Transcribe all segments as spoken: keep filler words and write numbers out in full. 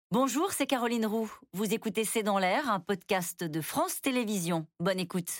Bonjour, c'est Caroline Roux. Vous écoutez C'est dans l'air, un podcast de France Télévisions. Bonne écoute.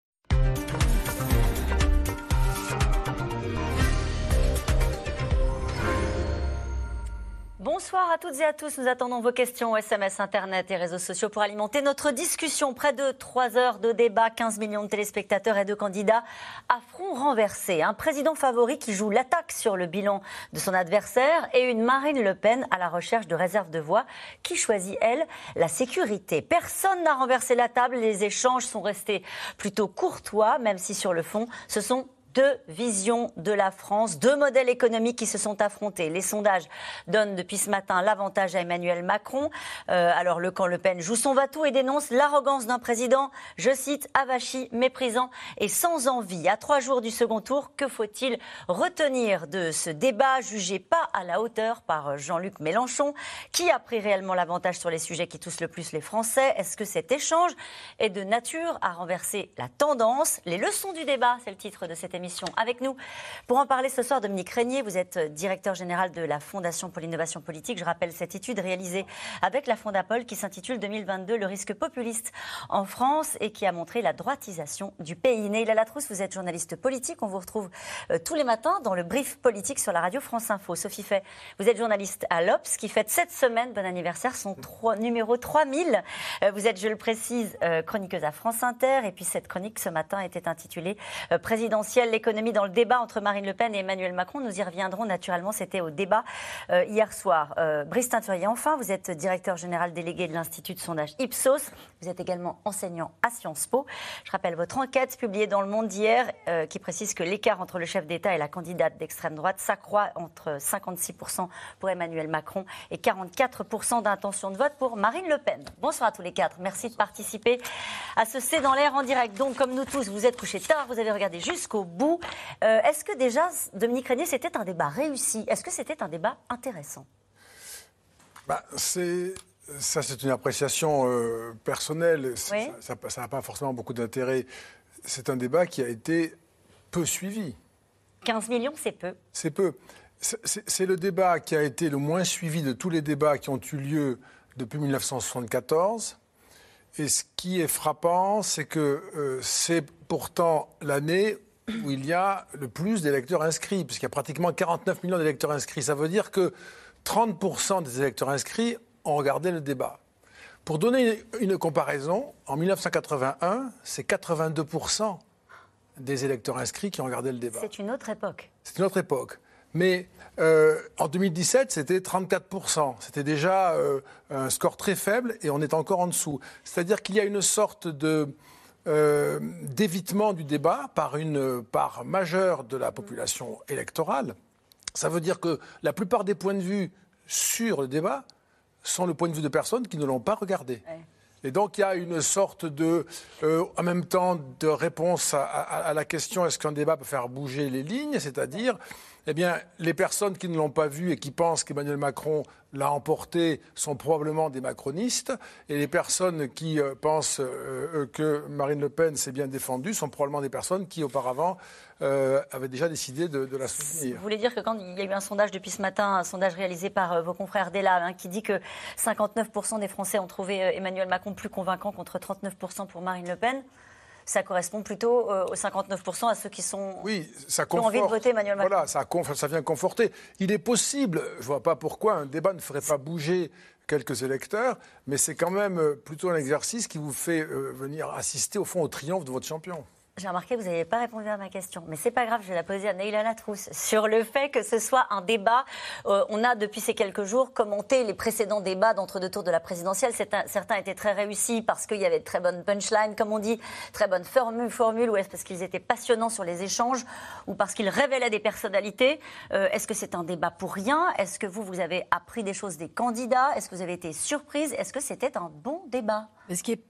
Bonsoir à toutes et à tous. Nous attendons vos questions, S M S, Internet et réseaux sociaux pour alimenter notre discussion. Près de trois heures de débat, quinze millions de téléspectateurs et de candidats à front renversé. Un président favori qui joue l'attaque sur le bilan de son adversaire et une Marine Le Pen à la recherche de réserves de voix qui choisit, elle, la sécurité. Personne n'a renversé la table. Les échanges sont restés plutôt courtois, même si sur le fond, ce sont deux visions de la France, deux modèles économiques qui se sont affrontés. Les sondages donnent depuis ce matin l'avantage à Emmanuel Macron. Euh, alors le camp Le Pen joue son va-tout et dénonce l'arrogance d'un président, je cite, avachi, méprisant et sans envie. À trois jours du second tour, que faut-il retenir de ce débat jugé pas à la hauteur par Jean-Luc Mélenchon? Qui a pris réellement l'avantage sur les sujets qui touchent le plus les Français? Est-ce que cet échange est de nature à renverser la tendance? Les leçons du débat, c'est le titre de cette émission. Avec nous, pour en parler ce soir, Dominique Régnier, vous êtes directeur général de la Fondation pour l'innovation politique. Je rappelle cette étude réalisée avec la Fondapol qui s'intitule deux mille vingt-deux, le risque populiste en France et qui a montré la droitisation du pays. Neila Latrousse, vous êtes journaliste politique. On vous retrouve euh, tous les matins dans le brief politique sur la radio France Info. Sophie Fay, vous êtes journaliste à l'Obs qui fête cette semaine, bon anniversaire, son trois, numéro trois mille. Euh, vous êtes, je le précise, euh, chroniqueuse à France Inter. Et puis cette chronique ce matin était intitulée euh, présidentielle. L'économie dans le débat entre Marine Le Pen et Emmanuel Macron. Nous y reviendrons naturellement, c'était au débat euh, hier soir. Euh, Brice Teinturier, enfin, vous êtes directeur général délégué de l'Institut de sondage Ipsos. Vous êtes également enseignant à Sciences Po. Je rappelle votre enquête publiée dans Le Monde d'hier euh, qui précise que l'écart entre le chef d'État et la candidate d'extrême droite s'accroît entre cinquante-six pour cent pour Emmanuel Macron et quarante-quatre pour cent d'intention de vote pour Marine Le Pen. Bonsoir à tous les quatre. Merci de participer à ce C'est dans l'air en direct. Donc, comme nous tous, vous êtes couchés tard, vous avez regardé jusqu'au bout. Euh, est-ce que déjà, Dominique Régnier, c'était un débat réussi? Est-ce que c'était un débat intéressant? bah, c'est, Ça, c'est une appréciation euh, personnelle. Oui. Ça n'a pas forcément beaucoup d'intérêt. C'est un débat qui a été peu suivi. quinze millions, c'est peu. C'est peu. C'est, c'est, c'est le débat qui a été le moins suivi de tous les débats qui ont eu lieu depuis mille neuf cent soixante-quatorze. Et ce qui est frappant, c'est que euh, c'est pourtant l'année où il y a le plus d'électeurs inscrits, puisqu'il y a pratiquement quarante-neuf millions d'électeurs inscrits. Ça veut dire que trente pour cent des électeurs inscrits ont regardé le débat. Pour donner une, une comparaison, en mille neuf cent quatre-vingt-un, c'est quatre-vingt-deux pour cent des électeurs inscrits qui ont regardé le débat. C'est une autre époque. C'est une autre époque. Mais euh, en deux mille dix-sept, c'était trente-quatre pour cent. C'était déjà euh, un score très faible et on est encore en dessous. C'est-à-dire qu'il y a une sorte de... Euh, d'évitement du débat par une part majeure de la population électorale. Ça veut dire que la plupart des points de vue sur le débat sont le point de vue de personnes qui ne l'ont pas regardé. Ouais. Et donc il y a une sorte de, euh, en même temps, de réponse à, à, à la question est-ce qu'un débat peut faire bouger les lignes, c'est-à-dire, eh bien, les personnes qui ne l'ont pas vu et qui pensent qu'Emmanuel Macron l'a emporté sont probablement des macronistes, et les personnes qui euh, pensent euh, que Marine Le Pen s'est bien défendue sont probablement des personnes qui, auparavant, euh, avaient déjà décidé de, de la soutenir. Vous voulez dire que quand il y a eu un sondage depuis ce matin, un sondage réalisé par euh, vos confrères d'Ela, hein, qui dit que cinquante-neuf pour cent des Français ont trouvé euh, Emmanuel Macron plus convaincant contre trente-neuf pour cent pour Marine Le Pen, ça correspond plutôt euh, aux cinquante-neuf pour cent à ceux qui, sont, oui, ça qui ont envie de voter Emmanuel Macron. Voilà, ça, ça vient conforter. Il est possible, je ne vois pas pourquoi un débat ne ferait pas bouger quelques électeurs, mais c'est quand même plutôt un exercice qui vous fait euh, venir assister au fond au triomphe de votre champion. J'ai remarqué que vous n'avez pas répondu à ma question, mais c'est pas grave, je vais la poser à Neila Latrousse sur le fait que ce soit un débat. Euh, on a depuis ces quelques jours commenté les précédents débats d'entre-deux tours de la présidentielle. Un, certains étaient très réussis parce qu'il y avait de très bonnes punchlines, comme on dit, très bonnes formules, formules ou est-ce parce qu'ils étaient passionnants sur les échanges ou parce qu'ils révélaient des personnalités. Euh, est-ce que c'est un débat pour rien? Est-ce que vous, vous avez appris des choses des candidats? Est-ce que vous avez été surprise? Est-ce que c'était un bon débat? Mais ce qui est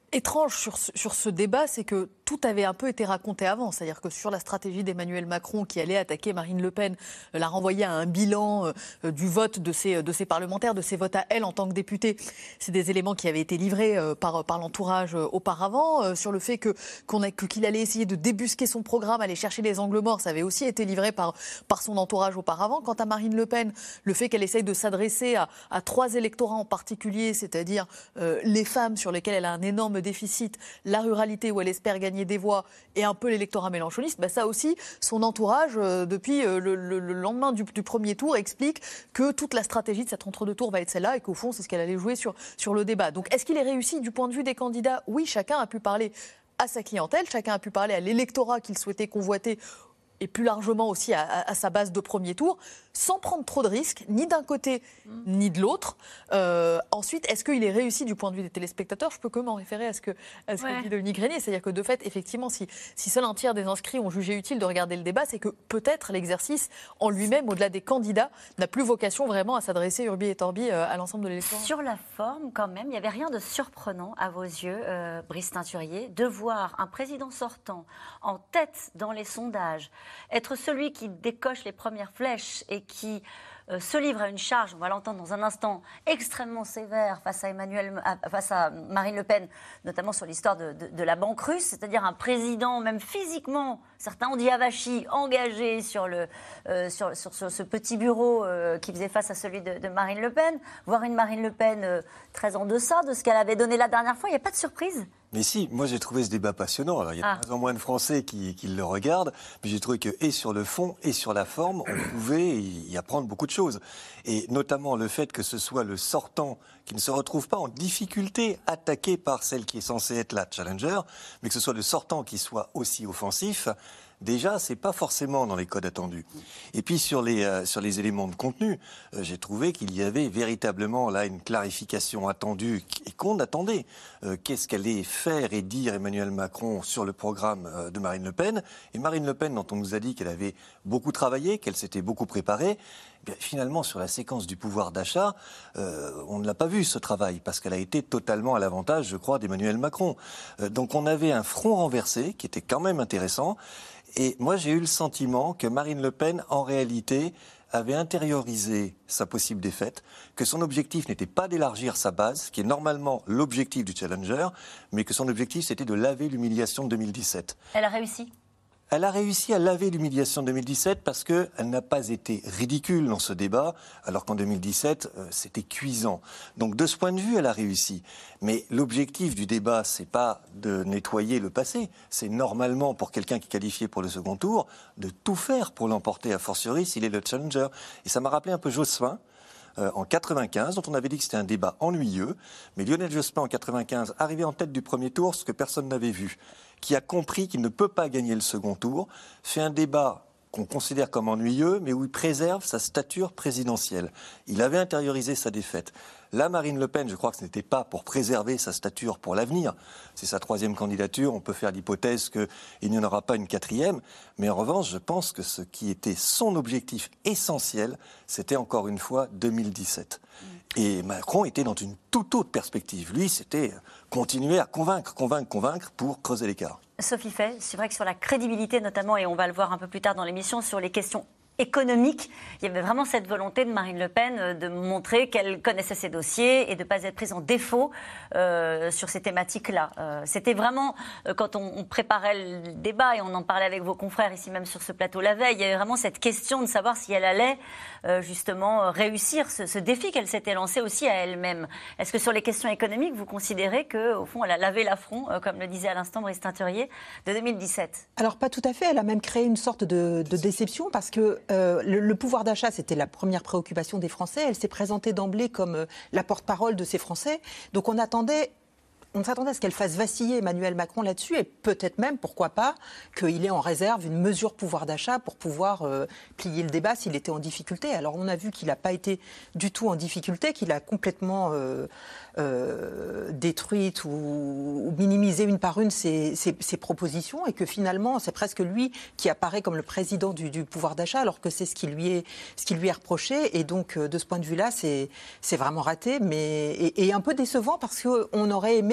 étrange sur ce, sur ce débat, c'est que tout avait un peu été raconté avant. C'est-à-dire que sur la stratégie d'Emmanuel Macron qui allait attaquer Marine Le Pen, euh, la renvoyer à un bilan euh, du vote de ses, de ses parlementaires, de ses votes à elle en tant que députée, c'est des éléments qui avaient été livrés euh, par, par l'entourage euh, auparavant. Euh, sur le fait que, qu'on a, que, qu'il allait essayer de débusquer son programme, aller chercher les angles morts, ça avait aussi été livré par, par son entourage auparavant. Quant à Marine Le Pen, le fait qu'elle essaye de s'adresser à, à trois électorats en particulier, c'est-à-dire euh, les femmes sur lesquelles elle a un énorme déficit, la ruralité où elle espère gagner des voix et un peu l'électorat mélenchoniste, bah ça aussi, son entourage, euh, depuis euh, le, le, le lendemain du, du premier tour, explique que toute la stratégie de cet entre-deux-tours va être celle-là et qu'au fond, c'est ce qu'elle allait jouer sur, sur le débat. Donc, est-ce qu'il est réussi du point de vue des candidats ? Oui, chacun a pu parler à sa clientèle, chacun a pu parler à l'électorat qu'il souhaitait convoiter et plus largement aussi à, à, à sa base de premier tour, sans prendre trop de risques, ni d'un côté mmh. ni de l'autre. Euh, ensuite, est-ce qu'il est réussi du point de vue des téléspectateurs ? Je peux que m'en référer à ce que, à ce ouais. que dit Dominique Régnier. C'est-à-dire que de fait, effectivement, si, si seul un tiers des inscrits ont jugé utile de regarder le débat, c'est que peut-être l'exercice en lui-même, au-delà des candidats, n'a plus vocation vraiment à s'adresser urbi et torbi à l'ensemble de l'électorat. Sur la forme, quand même, il n'y avait rien de surprenant à vos yeux, euh, Brice Teinturier, de voir un président sortant en tête dans les sondages, être celui qui décoche les premières flèches et qui euh, se livre à une charge, on va l'entendre dans un instant, extrêmement sévère face à, Emmanuel, face à Marine Le Pen, notamment sur l'histoire de, de, de la banque russe, c'est-à-dire un président, même physiquement, certains ont dit avachi, engagé sur, le, euh, sur, sur, sur ce petit bureau euh, qui faisait face à celui de, de Marine Le Pen, voir une Marine Le Pen euh, très en deçà de ce qu'elle avait donné la dernière fois, il n'y a pas de surprise ? Mais si, moi j'ai trouvé ce débat passionnant. Alors il y a de ah. moins en moins de Français qui, qui le regardent, mais j'ai trouvé que et sur le fond et sur la forme, on pouvait y apprendre beaucoup de choses. Et notamment le fait que ce soit le sortant qui ne se retrouve pas en difficulté, attaqué par celle qui est censée être la challenger, mais que ce soit le sortant qui soit aussi offensif. Déjà, c'est pas forcément dans les codes attendus. Et puis sur les euh, sur les éléments de contenu, euh, j'ai trouvé qu'il y avait véritablement là une clarification attendue et qu'on attendait. Euh, qu'est-ce qu'allait faire et dire Emmanuel Macron sur le programme euh, de Marine Le Pen ? Et Marine Le Pen, dont on nous a dit qu'elle avait beaucoup travaillé, qu'elle s'était beaucoup préparée, eh bien, finalement sur la séquence du pouvoir d'achat, euh, on ne l'a pas vu ce travail parce qu'elle a été totalement à l'avantage, je crois, d'Emmanuel Macron. Euh, donc on avait un front renversé qui était quand même intéressant. Et moi, j'ai eu le sentiment que Marine Le Pen, en réalité, avait intériorisé sa possible défaite, que son objectif n'était pas d'élargir sa base, qui est normalement l'objectif du challenger, mais que son objectif, c'était de laver l'humiliation de deux mille dix-sept. Elle a réussi ? Elle a réussi à laver l'humiliation de deux mille dix-sept parce qu'elle n'a pas été ridicule dans ce débat, alors qu'en deux mille dix-sept, euh, c'était cuisant. Donc de ce point de vue, elle a réussi. Mais l'objectif du débat, c'est pas de nettoyer le passé. C'est normalement, pour quelqu'un qui est qualifié pour le second tour, de tout faire pour l'emporter, a fortiori s'il est le challenger. Et ça m'a rappelé un peu Jospin, Euh, en quatre-vingt-quinze, dont on avait dit que c'était un débat ennuyeux, mais Lionel Jospin en quatre-vingt-quinze, arrivé en tête du premier tour, ce que personne n'avait vu, qui a compris qu'il ne peut pas gagner le second tour, fait un débat qu'on considère comme ennuyeux, mais où il préserve sa stature présidentielle. Il avait intériorisé sa défaite. Là, Marine Le Pen, je crois que ce n'était pas pour préserver sa stature pour l'avenir. C'est sa troisième candidature. On peut faire l'hypothèse qu'il n'y en aura pas une quatrième. Mais en revanche, je pense que ce qui était son objectif essentiel, c'était encore une fois deux mille dix-sept. Et Macron était dans une toute autre perspective. Lui, c'était continuer à convaincre, convaincre, convaincre pour creuser l'écart. Sophie Fay, c'est vrai que sur la crédibilité notamment, et on va le voir un peu plus tard dans l'émission, sur les questions économique, il y avait vraiment cette volonté de Marine Le Pen de montrer qu'elle connaissait ses dossiers et de ne pas être prise en défaut euh, sur ces thématiques-là. Euh, c'était vraiment, euh, quand on, on préparait le débat et on en parlait avec vos confrères ici même sur ce plateau la veille, il y avait vraiment cette question de savoir si elle allait euh, justement réussir ce, ce défi qu'elle s'était lancé aussi à elle-même. Est-ce que sur les questions économiques, vous considérez qu'au fond, elle a lavé l'affront, euh, comme le disait à l'instant Brice Teinturier, de deux mille dix-sept ? Alors pas tout à fait, elle a même créé une sorte de, de déception parce que Euh, le, le pouvoir d'achat, c'était la première préoccupation des Français. Elle s'est présentée d'emblée comme euh, la porte-parole de ces Français. Donc on attendait... On s'attendait à ce qu'elle fasse vaciller Emmanuel Macron là-dessus et peut-être même, pourquoi pas, qu'il ait en réserve une mesure pouvoir d'achat pour pouvoir euh, plier le débat s'il était en difficulté. Alors on a vu qu'il n'a pas été du tout en difficulté, qu'il a complètement euh, euh, détruite ou, ou minimisé une par une ses, ses, ses propositions et que finalement c'est presque lui qui apparaît comme le président du, du pouvoir d'achat alors que c'est ce qui lui est, ce qui lui est reproché. Et donc de ce point de vue-là, c'est, c'est vraiment raté mais, et, et un peu décevant parce qu'on aurait aimé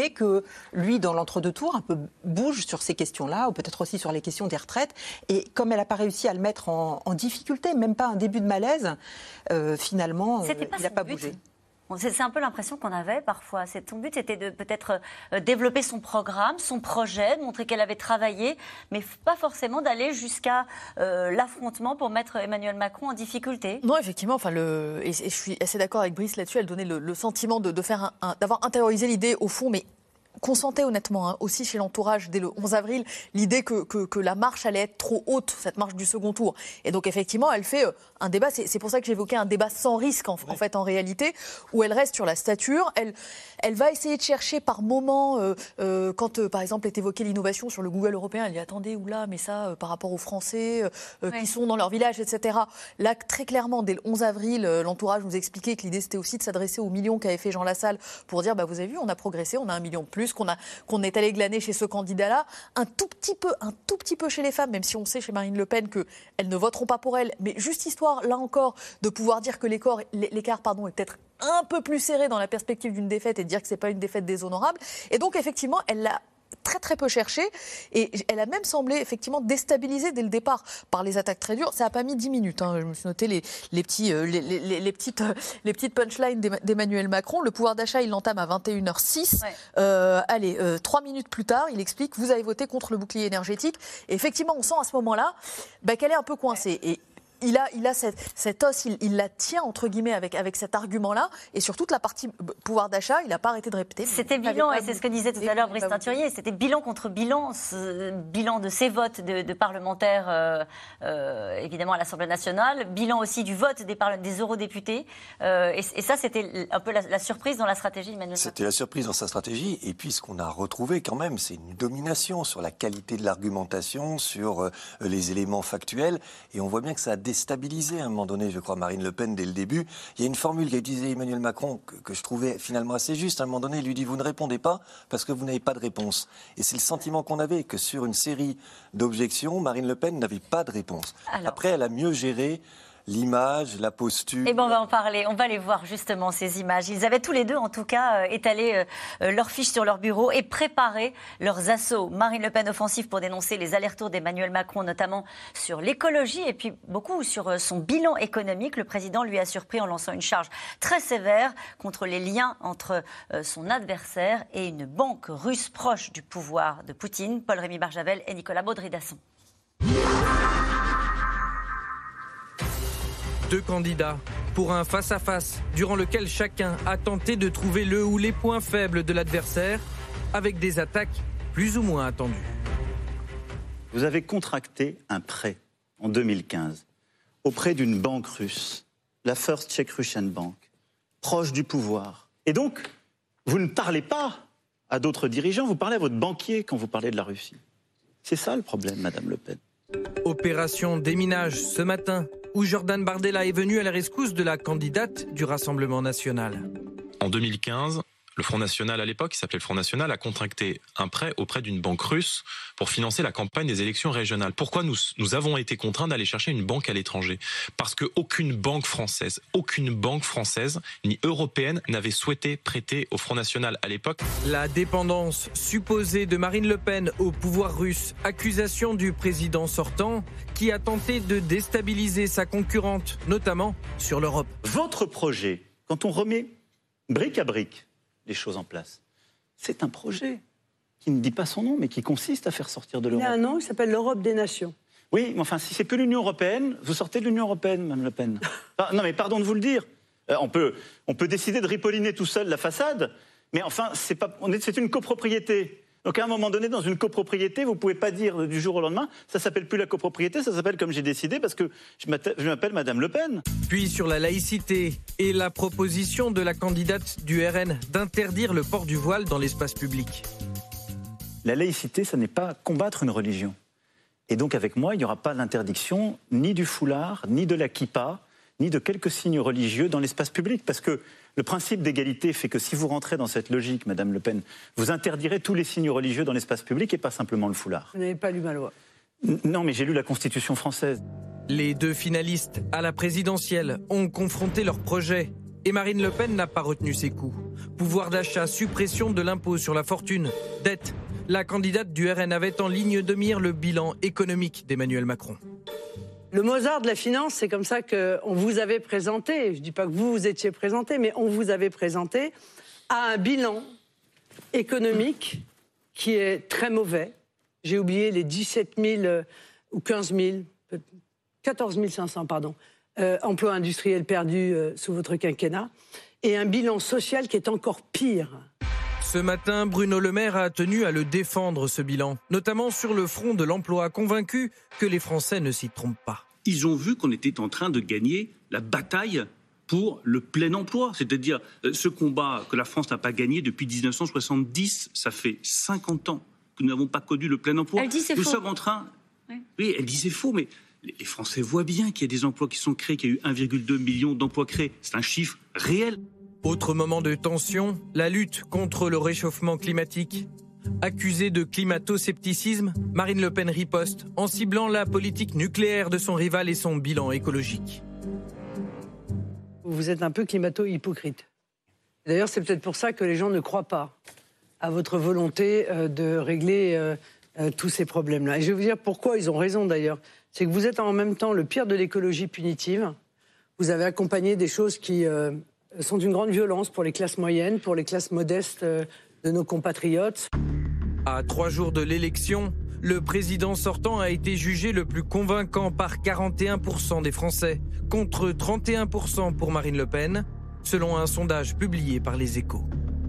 mais que lui, dans l'entre-deux tours, un peu bouge sur ces questions-là, ou peut-être aussi sur les questions des retraites. Et comme elle n'a pas réussi à le mettre en, en difficulté, même pas un début de malaise, euh, finalement, euh, il n'a pas bougé. Bon, c'est un peu l'impression qu'on avait parfois. Son but était de peut-être euh, développer son programme, son projet, de montrer qu'elle avait travaillé, mais pas forcément d'aller jusqu'à euh, l'affrontement pour mettre Emmanuel Macron en difficulté. Non, effectivement, enfin, le, et, et je suis assez d'accord avec Brice là-dessus. Elle donnait le, le sentiment de, de faire un, un, d'avoir intériorisé l'idée au fond, mais qu'on sentait honnêtement hein, aussi chez l'entourage dès le onze avril, l'idée que, que, que la marche allait être trop haute, cette marche du second tour. Et donc effectivement, elle fait euh, un débat, c'est, c'est pour ça que j'évoquais un débat sans risque en, oui. en fait en réalité, où elle reste sur la stature, elle, elle va essayer de chercher par moments, euh, euh, quand euh, par exemple est évoquée l'innovation sur le Google européen, elle dit attendez, oula, mais ça euh, par rapport aux Français euh, oui. qui sont dans leur village, et cetera. Là, très clairement, dès le onze avril, euh, l'entourage nous expliquait que l'idée c'était aussi de s'adresser aux millions qu'avait fait Jean Lassalle pour dire, bah, vous avez vu, on a progressé, on a un million de plus, qu'on a qu'on est allé glaner chez ce candidat-là, un tout petit peu, un tout petit peu chez les femmes, même si on sait chez Marine Le Pen qu'elles ne voteront pas pour elle, mais juste histoire, là encore, de pouvoir dire que l'écart, l'écart pardon, est peut-être un peu plus serré dans la perspective d'une défaite et de dire que c'est pas une défaite déshonorable. Et donc, effectivement, elle l'a très très peu cherché et elle a même semblé effectivement déstabilisée dès le départ par les attaques très dures. Ça n'a pas mis dix minutes. Hein. Je me suis noté les, les, petits, euh, les, les, les, petites, euh, les petites punchlines d'Emmanuel Macron. Le pouvoir d'achat, il l'entame à vingt et une heures six. Ouais. Euh, allez, euh, trois minutes plus tard, il explique vous avez voté contre le bouclier énergétique. Et effectivement, on sent à ce moment-là bah, qu'elle est un peu coincée. Et Il a, il a cette, cette os, il, il la tient entre guillemets avec, avec cet argument-là, et sur toute la partie pouvoir d'achat, il n'a pas arrêté de répéter. C'était bilan, et c'est ce que disait tout à l'heure Brice Teinturier, c'était bilan contre bilan, ce, bilan de ces votes de, de parlementaires, euh, euh, évidemment à l'Assemblée nationale, bilan aussi du vote des, des eurodéputés, euh, et, et ça c'était un peu la, la surprise dans la stratégie d'Emmanuel Macron. C'était la surprise dans sa stratégie, et puis ce qu'on a retrouvé quand même, c'est une domination sur la qualité de l'argumentation, sur euh, les éléments factuels, et on voit bien que ça a déstabilisé à un moment donné, je crois, Marine Le Pen dès le début. Il y a une formule qu'a utilisée Emmanuel Macron que, que je trouvais finalement assez juste. À un moment donné, il lui dit « vous ne répondez pas parce que vous n'avez pas de réponse ». Et c'est le sentiment qu'on avait, que sur une série d'objections, Marine Le Pen n'avait pas de réponse. Alors, après, elle a mieux géré l'image, la posture. Eh bien, on va en parler. On va aller voir justement ces images. Ils avaient tous les deux, en tout cas, euh, étalé euh, leurs fiches sur leur bureau et préparé leurs assauts. Marine Le Pen offensive pour dénoncer les allers-retours d'Emmanuel Macron, notamment sur l'écologie et puis beaucoup sur euh, son bilan économique. Le président lui a surpris en lançant une charge très sévère contre les liens entre euh, son adversaire et une banque russe proche du pouvoir de Poutine. Paul-Rémy Barjavel et Nicolas Baudry-Dasson. Deux candidats pour un face-à-face durant lequel chacun a tenté de trouver le ou les points faibles de l'adversaire avec des attaques plus ou moins attendues. Vous avez contracté un prêt en deux mille quinze auprès d'une banque russe, la First Czech Russian Bank, proche du pouvoir. Et donc, vous ne parlez pas à d'autres dirigeants, vous parlez à votre banquier quand vous parlez de la Russie. C'est ça le problème, Madame Le Pen. Opération déminage ce matin, où Jordan Bardella est venu à la rescousse de la candidate du Rassemblement national. En deux mille quinze, le Front National, à l'époque, qui s'appelait le Front National, a contracté un prêt auprès d'une banque russe pour financer la campagne des élections régionales. Pourquoi nous, nous avons été contraints d'aller chercher une banque à l'étranger ? Parce qu'aucune banque française, aucune banque française, ni européenne, n'avait souhaité prêter au Front National à l'époque. La dépendance supposée de Marine Le Pen au pouvoir russe, accusation du président sortant, qui a tenté de déstabiliser sa concurrente, notamment sur l'Europe. Votre projet, quand on remet brique à brique les choses en place, c'est un projet qui ne dit pas son nom, mais qui consiste à faire sortir de l'Europe. Il a un nom, il s'appelle l'Europe des nations. Oui, mais enfin, si c'est plus l'Union européenne, vous sortez de l'Union européenne, Mme Le Pen. Non, mais pardon de vous le dire. Euh, on, peut, on peut décider de ripolliner tout seul la façade, mais enfin, c'est, pas, on est, c'est une copropriété. Donc à un moment donné, dans une copropriété, vous ne pouvez pas dire du jour au lendemain, ça ne s'appelle plus la copropriété, ça s'appelle comme j'ai décidé parce que je m'appelle Madame Le Pen. Puis sur la laïcité et la proposition de la candidate du R N d'interdire le port du voile dans l'espace public. La laïcité, ça n'est pas combattre une religion. Et donc avec moi, il n'y aura pas d'interdiction ni du foulard, ni de la kippa, ni de quelques signes religieux dans l'espace public. Parce que le principe d'égalité fait que si vous rentrez dans cette logique, Madame Le Pen, vous interdirez tous les signes religieux dans l'espace public et pas simplement le foulard. Vous n'avez pas lu ma loi. Non, mais j'ai lu la Constitution française. Les deux finalistes à la présidentielle ont confronté leurs projets. Et Marine Le Pen n'a pas retenu ses coups. Pouvoir d'achat, suppression de l'impôt sur la fortune, dette. La candidate du R N avait en ligne de mire le bilan économique d'Emmanuel Macron. Le Mozart de la finance, c'est comme ça qu'on vous avait présenté, je ne dis pas que vous vous étiez présenté, mais on vous avait présenté à un bilan économique qui est très mauvais. J'ai oublié les dix-sept mille euh, ou quinze mille, quatorze mille cinq cents, pardon, euh, emplois industriels perdus euh, sous votre quinquennat, et un bilan social qui est encore pire. Ce matin, Bruno Le Maire a tenu à le défendre, ce bilan, notamment sur le front de l'emploi, convaincu que les Français ne s'y trompent pas. Ils ont vu qu'on était en train de gagner la bataille pour le plein emploi, c'est-à-dire ce combat que la France n'a pas gagné depuis mille neuf cent soixante-dix, ça fait cinquante ans que nous n'avons pas connu le plein emploi. Elle dit c'est nous faux. sommes en train... Ouais. Oui, elle dit c'est faux, mais les Français voient bien qu'il y a des emplois qui sont créés, qu'il y a eu un virgule deux million d'emplois créés. C'est un chiffre réel. Autre moment de tension, la lutte contre le réchauffement climatique. Accusée de climato-scepticisme, Marine Le Pen riposte en ciblant la politique nucléaire de son rival et son bilan écologique. Vous êtes un peu climato-hypocrite. D'ailleurs, c'est peut-être pour ça que les gens ne croient pas à votre volonté euh, de régler euh, euh, tous ces problèmes-là. Et je vais vous dire pourquoi ils ont raison d'ailleurs. C'est que vous êtes en même temps le pire de l'écologie punitive. Vous avez accompagné des choses qui... Euh, sont d'une grande violence pour les classes moyennes, pour les classes modestes de nos compatriotes. À trois jours de l'élection, le président sortant a été jugé le plus convaincant par quarante et un pour cent des Français, contre trente et un pour cent pour Marine Le Pen, selon un sondage publié par Les Échos.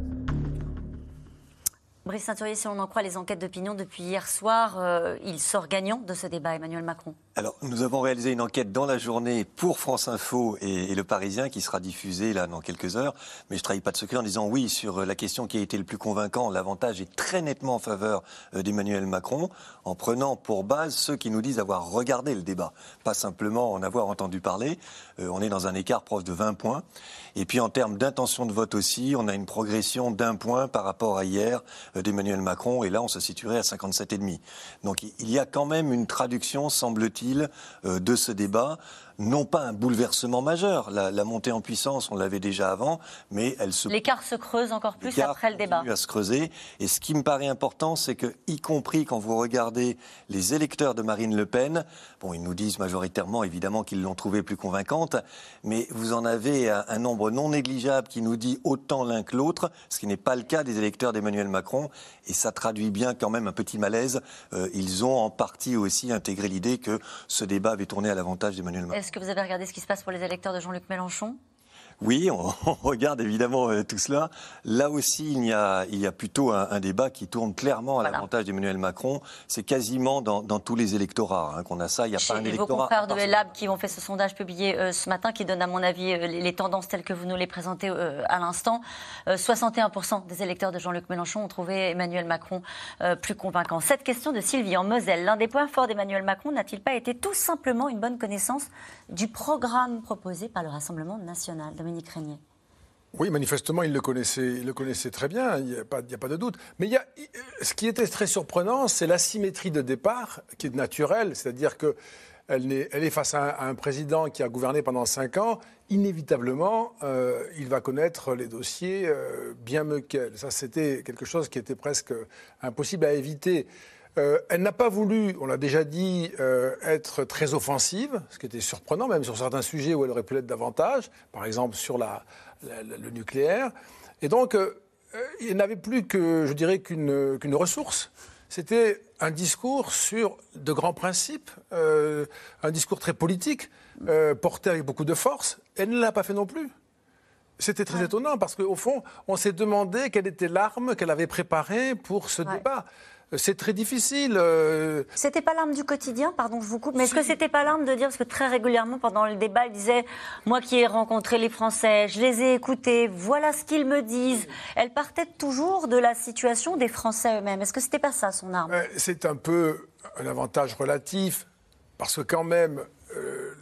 Brice Saint-Thurier, si on en croit les enquêtes d'opinion depuis hier soir, euh, il sort gagnant de ce débat, Emmanuel Macron. Alors, nous avons réalisé une enquête dans la journée pour France Info et, et Le Parisien qui sera diffusée là dans quelques heures. Mais je ne trahis pas de secret en disant oui, sur la question qui a été le plus convaincant, l'avantage est très nettement en faveur euh, d'Emmanuel Macron, en prenant pour base ceux qui nous disent avoir regardé le débat, pas simplement en avoir entendu parler. Euh, on est dans un écart proche de vingt points. Et puis en termes d'intention de vote aussi, on a une progression d'un point par rapport à hier euh, d'Emmanuel Macron. Et là, on se situerait à cinquante-sept virgule cinq. Donc il y a quand même une traduction, semble-t-il, de ce débat, non pas un bouleversement majeur. La, la montée en puissance, on l'avait déjà avant, mais elle se... L'écart se creuse encore plus après le débat. à se creuser. Et ce qui me paraît important, c'est que, y compris quand vous regardez les électeurs de Marine Le Pen, bon, ils nous disent majoritairement, évidemment, qu'ils l'ont trouvée plus convaincante, mais vous en avez un, un nombre non négligeable qui nous dit autant l'un que l'autre, ce qui n'est pas le cas des électeurs d'Emmanuel Macron. Et ça traduit bien quand même un petit malaise. Euh, ils ont en partie aussi intégré l'idée que ce débat avait tourné à l'avantage d'Emmanuel Macron. Est-ce que vous avez regardé ce qui se passe pour les électeurs de Jean-Luc Mélenchon ? Oui, on, on regarde évidemment euh, tout cela. Là aussi, il y a, il y a plutôt un, un débat qui tourne clairement à voilà. l'avantage d'Emmanuel Macron. C'est quasiment dans, dans tous les électorats hein, qu'on a ça. Il n'y a Chez pas un vos électorat. Vos confrères de Lab qui ont fait ce sondage publié euh, ce matin, qui donne à mon avis euh, les, les tendances telles que vous nous les présentez euh, à l'instant. Euh, soixante et un pour cent des électeurs de Jean-Luc Mélenchon ont trouvé Emmanuel Macron euh, plus convaincant. Cette question de Sylvie en Moselle. L'un des points forts d'Emmanuel Macron n'a-t-il pas été tout simplement une bonne connaissance du programme proposé par le Rassemblement national ? Dominique Régnier. Oui, manifestement, il le connaissait, il le connaissait très bien, il n'y a pas, il n'y a pas de doute. Mais il y a, ce qui était très surprenant, c'est l'asymétrie de départ qui est naturelle, c'est-à-dire qu'elle est, elle est face à un, à un président qui a gouverné pendant cinq ans, inévitablement, euh, il va connaître les dossiers euh, bien mieux qu'elle. Ça, c'était quelque chose qui était presque impossible à éviter. Euh, elle n'a pas voulu, on l'a déjà dit, euh, être très offensive, ce qui était surprenant, même sur certains sujets où elle aurait pu l'être davantage, par exemple sur la, la, la, le nucléaire. Et donc, euh, il n'avait plus que, je dirais, qu'une, qu'une ressource. C'était un discours sur de grands principes, euh, un discours très politique, euh, porté avec beaucoup de force. Elle ne l'a pas fait non plus. C'était très ouais. étonnant, parce qu'au fond, on s'est demandé quelle était l'arme qu'elle avait préparée pour ce ouais. débat. C'est très difficile. Euh... C'était pas l'arme du quotidien, pardon, je vous coupe, mais est-ce que c'était pas l'arme de dire, parce que très régulièrement pendant le débat, elle disait « Moi qui ai rencontré les Français, je les ai écoutés, voilà ce qu'ils me disent ». Elle partait toujours de la situation des Français eux-mêmes. Est-ce que c'était pas ça son arme ? euh, C'est un peu un avantage relatif, parce que quand même, euh,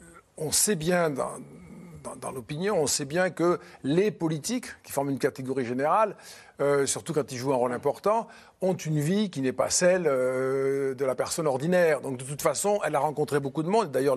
on sait bien dans... Dans, dans l'opinion, on sait bien que les politiques, qui forment une catégorie générale, euh, surtout quand ils jouent un rôle important, ont une vie qui n'est pas celle euh, de la personne ordinaire. Donc de toute façon, elle a rencontré beaucoup de monde. D'ailleurs, le,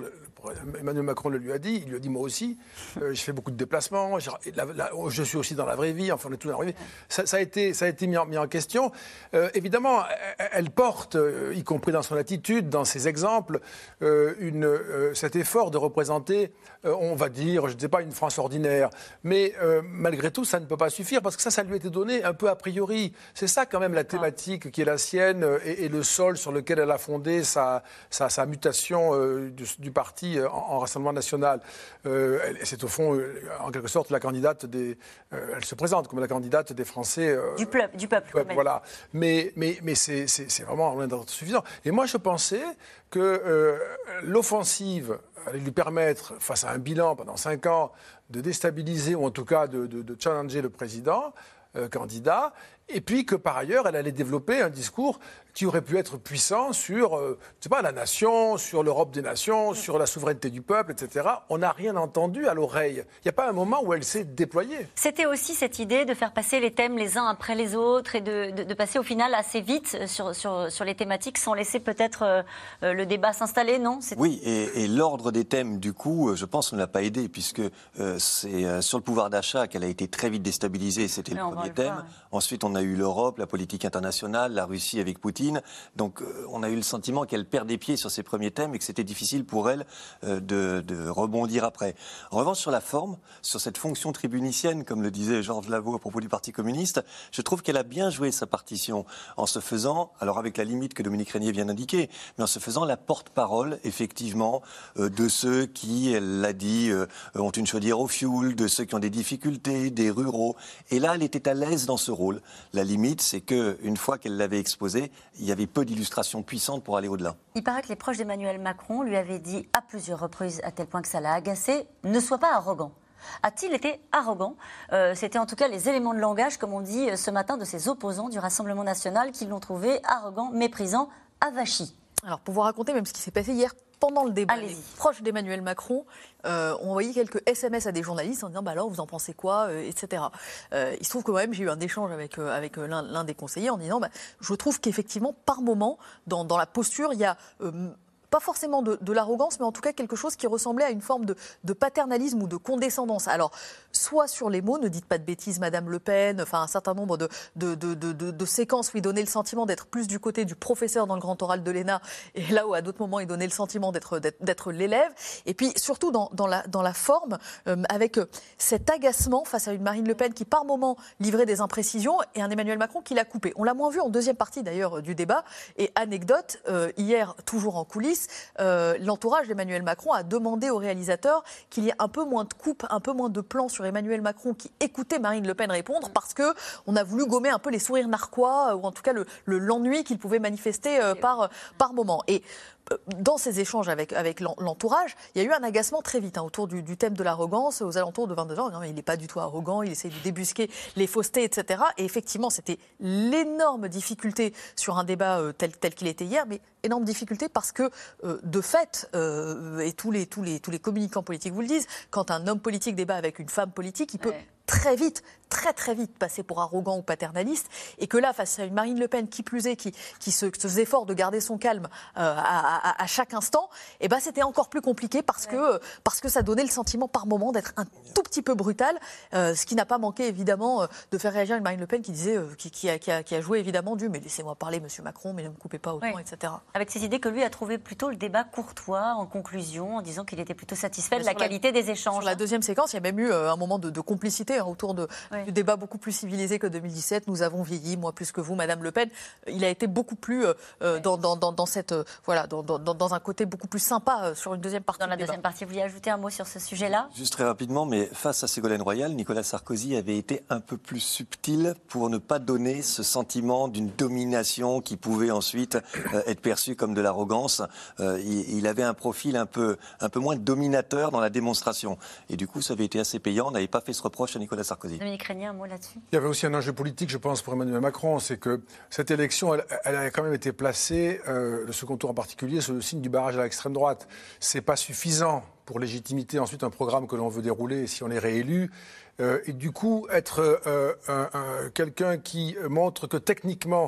Emmanuel Macron le lui a dit, il lui a dit moi aussi, euh, je fais beaucoup de déplacements, je, la, la, je suis aussi dans la vraie vie, enfin on est tous dans la vraie vie. Ça, ça a été, ça a été mis, en, mis en question. Euh, évidemment, elle, elle porte, euh, y compris dans son attitude, dans ses exemples, euh, une, euh, cet effort de représenter, euh, on va dire, je ne sais pas, une France ordinaire. Mais euh, malgré tout, ça ne peut pas suffire, parce que ça, ça lui a été donné un peu a priori. C'est ça quand même la thématique qui est la sienne et, et le sol sur lequel elle a fondé sa, sa, sa mutation euh, du, du parti en, en Rassemblement national. Euh, c'est au fond, euh, en quelque sorte, la candidate des... Euh, elle se présente comme la candidate des Français... Euh, du peuple, du peuple. peuple voilà. Mais, mais, mais c'est, c'est, c'est vraiment loin d'être suffisant. Et moi, je pensais que euh, l'offensive allait lui permettre, face à un bilan pendant cinq ans, de déstabiliser, ou en tout cas de, de, de challenger le président, euh, candidat, et puis que par ailleurs, elle allait développer un discours qui aurait pu être puissant sur, euh, je sais pas, la nation, sur l'Europe des nations, sur la souveraineté du peuple, et cetera. On n'a rien entendu à l'oreille. Il n'y a pas un moment où elle s'est déployée. C'était aussi cette idée de faire passer les thèmes les uns après les autres et de, de, de passer au final assez vite sur, sur, sur les thématiques sans laisser peut-être euh, le débat s'installer, non? C'était... Oui, et, et l'ordre des thèmes, du coup, je pense, ne l'a pas aidé, puisque euh, c'est euh, sur le pouvoir d'achat qu'elle a été très vite déstabilisée, c'était le premier thème. Voir, ouais. Ensuite, on a eu l'Europe, la politique internationale, la Russie avec Poutine. Donc, euh, on a eu le sentiment qu'elle perd des pieds sur ses premiers thèmes et que c'était difficile pour elle euh, de, de rebondir après. En revanche, sur la forme, sur cette fonction tribunicienne, comme le disait Georges Lavaux à propos du Parti communiste, je trouve qu'elle a bien joué sa partition en se faisant, alors avec la limite que Dominique Régnier vient d'indiquer, mais en se faisant la porte-parole, effectivement, euh, de ceux qui, elle l'a dit, euh, ont une chaudière au fioul, de ceux qui ont des difficultés, des ruraux. Et là, elle était à l'aise dans ce rôle. La limite, c'est qu'une fois qu'elle l'avait exposé, il y avait peu d'illustrations puissantes pour aller au-delà. Il paraît que les proches d'Emmanuel Macron lui avaient dit à plusieurs reprises, à tel point que ça l'a agacé, ne sois pas arrogant. A-t-il été arrogant? euh, C'était en tout cas les éléments de langage, comme on dit ce matin, de ses opposants du Rassemblement national qui l'ont trouvé arrogant, méprisant, avachi. Alors, pour vous raconter même ce qui s'est passé hier, pendant le débat, Allez-y. Les proches d'Emmanuel Macron euh, ont envoyé quelques S M S à des journalistes en disant bah alors vous en pensez quoi, euh, et cetera. Euh, il se trouve que moi-même j'ai eu un échange avec euh, avec l'un, l'un des conseillers en disant bah, je trouve qu'effectivement par moment dans dans la posture il y a euh, pas forcément de, de l'arrogance, mais en tout cas quelque chose qui ressemblait à une forme de, de paternalisme ou de condescendance. Alors, soit sur les mots, ne dites pas de bêtises, Madame Le Pen, enfin un certain nombre de, de, de, de, de, de séquences où il donnait le sentiment d'être plus du côté du professeur dans le grand oral de l'E N A, et là où à d'autres moments il donnait le sentiment d'être, d'être, d'être l'élève. Et puis surtout dans, dans, la, dans la forme, euh, avec cet agacement face à une Marine Le Pen qui par moments livrait des imprécisions et un Emmanuel Macron qui l'a coupé. On l'a moins vu en deuxième partie d'ailleurs du débat. Et anecdote, euh, hier, toujours en coulisses, Euh, l'entourage d'Emmanuel Macron a demandé au réalisateur qu'il y ait un peu moins de coupes, un peu moins de plans sur Emmanuel Macron qui écoutait Marine Le Pen répondre parce que on a voulu gommer un peu les sourires narquois ou en tout cas le, le, l'ennui qu'il pouvait manifester euh, par, par moment. Et dans ces échanges avec, avec l'entourage, il y a eu un agacement très vite hein, autour du, du thème de l'arrogance, aux alentours de vingt-deux ans. Non, il n'est pas du tout arrogant, il essaie de débusquer les faussetés, et cetera. Et effectivement, c'était l'énorme difficulté sur un débat euh, tel, tel qu'il était hier, mais énorme difficulté parce que, euh, de fait, euh, et tous les, tous, les, tous les communicants politiques vous le disent, quand un homme politique débat avec une femme politique, il peut ouais. très vite, très très vite passer pour arrogant ou paternaliste, et que là, face à une Marine Le Pen, qui plus est, qui, qui se, se faisait fort de garder son calme euh, à, à, à chaque instant, et ben c'était encore plus compliqué parce, ouais. que, parce que ça donnait le sentiment par moment d'être un tout petit peu brutal, euh, ce qui n'a pas manqué évidemment de faire réagir une Marine Le Pen qui disait, euh, qui, qui, a, qui, a, qui a joué évidemment du « mais laissez-moi parler Monsieur Macron, mais ne me coupez pas autant, ouais. et cetera » Avec ces idées que lui a trouvé plutôt le débat courtois en conclusion, en disant qu'il était plutôt satisfait de la qualité la, des échanges. Sur la deuxième séquence, il y a même eu euh, un moment de, de complicité hein, autour de, ouais. du débat beaucoup plus civilisé que deux mille dix-sept. Nous avons vieilli, moi plus que vous, Madame Le Pen. Il a été beaucoup plus euh, ouais. dans, dans, dans, dans cette euh, voilà dans, dans, dans un côté beaucoup plus sympa euh, sur une deuxième partie. Dans la du deuxième débat. partie, vous vouliez ajouter un mot sur ce sujet-là? Juste très rapidement, mais face à Ségolène Royal, Nicolas Sarkozy avait été un peu plus subtil pour ne pas donner ce sentiment d'une domination qui pouvait ensuite euh, être perçu comme de l'arrogance. Euh, il, il avait un profil un peu un peu moins dominateur dans la démonstration. Et du coup, ça avait été assez payant. On n'avait pas fait ce reproche à Nicolas Sarkozy. Dominique Régnier, un mot là-dessus? Il y avait aussi un enjeu politique, je pense, pour Emmanuel Macron, c'est que cette élection, elle, elle a quand même été placée, euh, le second tour en particulier, sous le signe du barrage à l'extrême droite. C'est pas suffisant pour légitimiter ensuite un programme que l'on veut dérouler si on est réélu. Euh, et du coup, être euh, un, un, quelqu'un qui montre que techniquement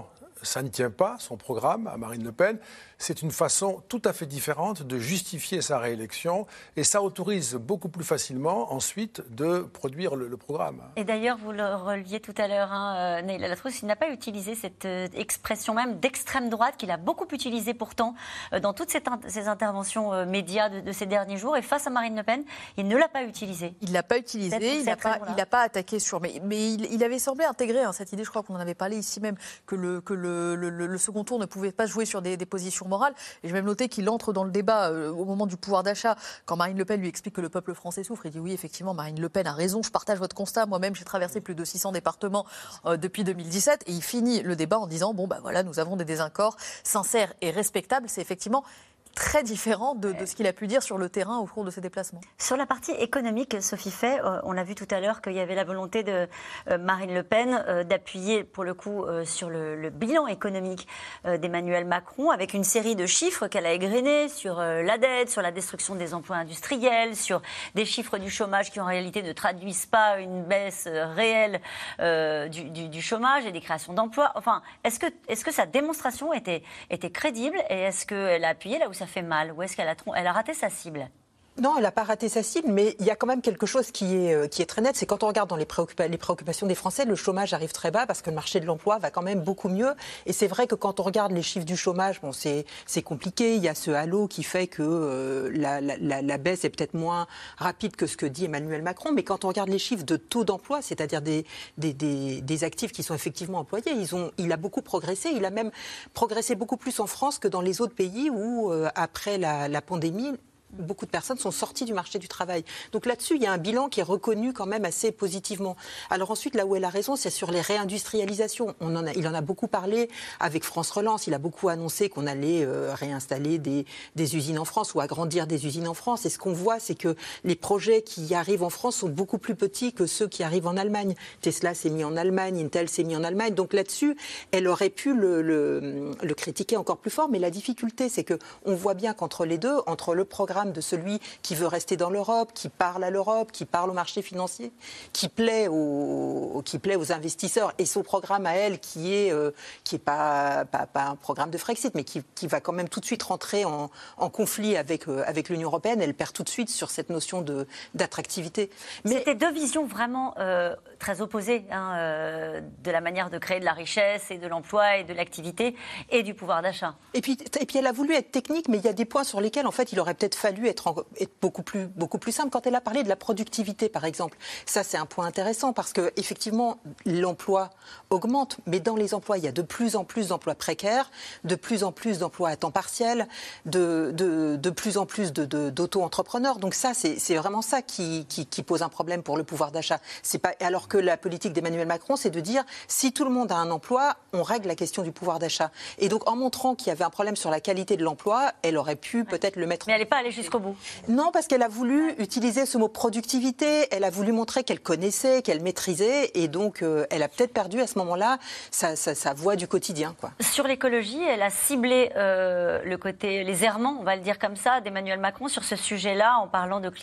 ça ne tient pas, son programme, à Marine Le Pen. C'est une façon tout à fait différente de justifier sa réélection et ça autorise beaucoup plus facilement ensuite de produire le, le programme. Et d'ailleurs, vous le releviez tout à l'heure, hein, Neila Latrousse, il n'a pas utilisé cette euh, expression même d'extrême droite qu'il a beaucoup utilisée pourtant euh, dans toutes ces, ces interventions euh, médias de, de ces derniers jours. Et face à Marine Le Pen, il ne l'a pas utilisé. Il ne l'a pas utilisé, il n'a pas, il n'a pas attaqué sur... Mais, mais il, il avait semblé intégrer hein, cette idée, je crois qu'on en avait parlé ici même, que le, que le, le, le, le second tour ne pouvait pas jouer sur des, des positions morale. Et j'ai même noté qu'il entre dans le débat euh, au moment du pouvoir d'achat, quand Marine Le Pen lui explique que le peuple français souffre. Il dit oui, effectivement, Marine Le Pen a raison, je partage votre constat. Moi-même, j'ai traversé plus de six cents départements euh, depuis deux mille dix-sept. Et il finit le débat en disant bon, bah voilà, nous avons des désaccords sincères et respectables. C'est effectivement très différent de, de ce qu'il a pu dire sur le terrain au cours de ses déplacements. Sur la partie économique, Sophie Fay, euh, on a vu tout à l'heure qu'il y avait la volonté de euh, Marine Le Pen euh, d'appuyer pour le coup euh, sur le, le bilan économique euh, d'Emmanuel Macron avec une série de chiffres qu'elle a égrenés sur euh, la dette, sur la destruction des emplois industriels, sur des chiffres du chômage qui en réalité ne traduisent pas une baisse euh, réelle euh, du, du, du chômage et des créations d'emplois. Enfin, est-ce que, est-ce que sa démonstration était, était crédible et est-ce qu'elle a appuyé là où ça fait mal, ou est-ce qu'elle a, elle a raté sa cible? Non, elle n'a pas raté sa cible, mais il y a quand même quelque chose qui est, qui est très net. C'est quand on regarde dans les, préoccupa- les préoccupations des Français, le chômage arrive très bas parce que le marché de l'emploi va quand même beaucoup mieux. Et c'est vrai que quand on regarde les chiffres du chômage, bon, c'est, c'est compliqué. Il y a ce halo qui fait que euh, la, la, la baisse est peut-être moins rapide que ce que dit Emmanuel Macron. Mais quand on regarde les chiffres de taux d'emploi, c'est-à-dire des, des, des, des actifs qui sont effectivement employés, ils ont, il a beaucoup progressé. Il a même progressé beaucoup plus en France que dans les autres pays où, euh, après la, la pandémie, beaucoup de personnes sont sorties du marché du travail. Donc là-dessus, il y a un bilan qui est reconnu quand même assez positivement. Alors ensuite, là où elle a raison, c'est sur les réindustrialisations. On en a, il en a beaucoup parlé avec France Relance. Il a beaucoup annoncé qu'on allait euh, réinstaller des, des usines en France ou agrandir des usines en France. Et ce qu'on voit, c'est que les projets qui arrivent en France sont beaucoup plus petits que ceux qui arrivent en Allemagne. Tesla s'est mis en Allemagne, Intel s'est mis en Allemagne. Donc là-dessus, elle aurait pu le, le, le critiquer encore plus fort. Mais la difficulté, c'est qu'on voit bien qu'entre les deux, entre le programme de celui qui veut rester dans l'Europe, qui parle à l'Europe, qui parle au marché financier, qui plaît aux, qui plaît aux investisseurs, et son programme à elle qui est euh, qui est pas, pas pas un programme de Frexit, mais qui, qui va quand même tout de suite rentrer en, en conflit avec euh, avec l'Union européenne. Elle perd tout de suite sur cette notion de d'attractivité. Mais c'était deux visions vraiment euh, très opposées hein, euh, de la manière de créer de la richesse et de l'emploi et de l'activité et du pouvoir d'achat. Et puis et puis elle a voulu être technique, mais il y a des points sur lesquels en fait il aurait peut-être fallu être, en, être beaucoup plus, beaucoup plus simple. Quand elle a parlé de la productivité, par exemple, ça c'est un point intéressant parce que effectivement l'emploi augmente, mais dans les emplois il y a de plus en plus d'emplois précaires, de plus en plus d'emplois à temps partiel, de, de, de plus en plus de, de, d'auto-entrepreneurs. Donc ça c'est, c'est vraiment ça qui, qui, qui pose un problème pour le pouvoir d'achat. C'est pas, alors que la politique d'Emmanuel Macron, c'est de dire si tout le monde a un emploi, on règle la question du pouvoir d'achat. Et donc en montrant qu'il y avait un problème sur la qualité de l'emploi, elle aurait pu ouais. peut-être le mettre. Mais elle n'est pas allée jusqu'au bout. Non, parce qu'elle a voulu utiliser ce mot productivité, elle a voulu montrer qu'elle connaissait, qu'elle maîtrisait, et donc euh, elle a peut-être perdu à ce moment-là sa, sa, sa voix du quotidien, quoi. Sur l'écologie, elle a ciblé euh, le côté, les errements, on va le dire comme ça, d'Emmanuel Macron sur ce sujet-là, en parlant de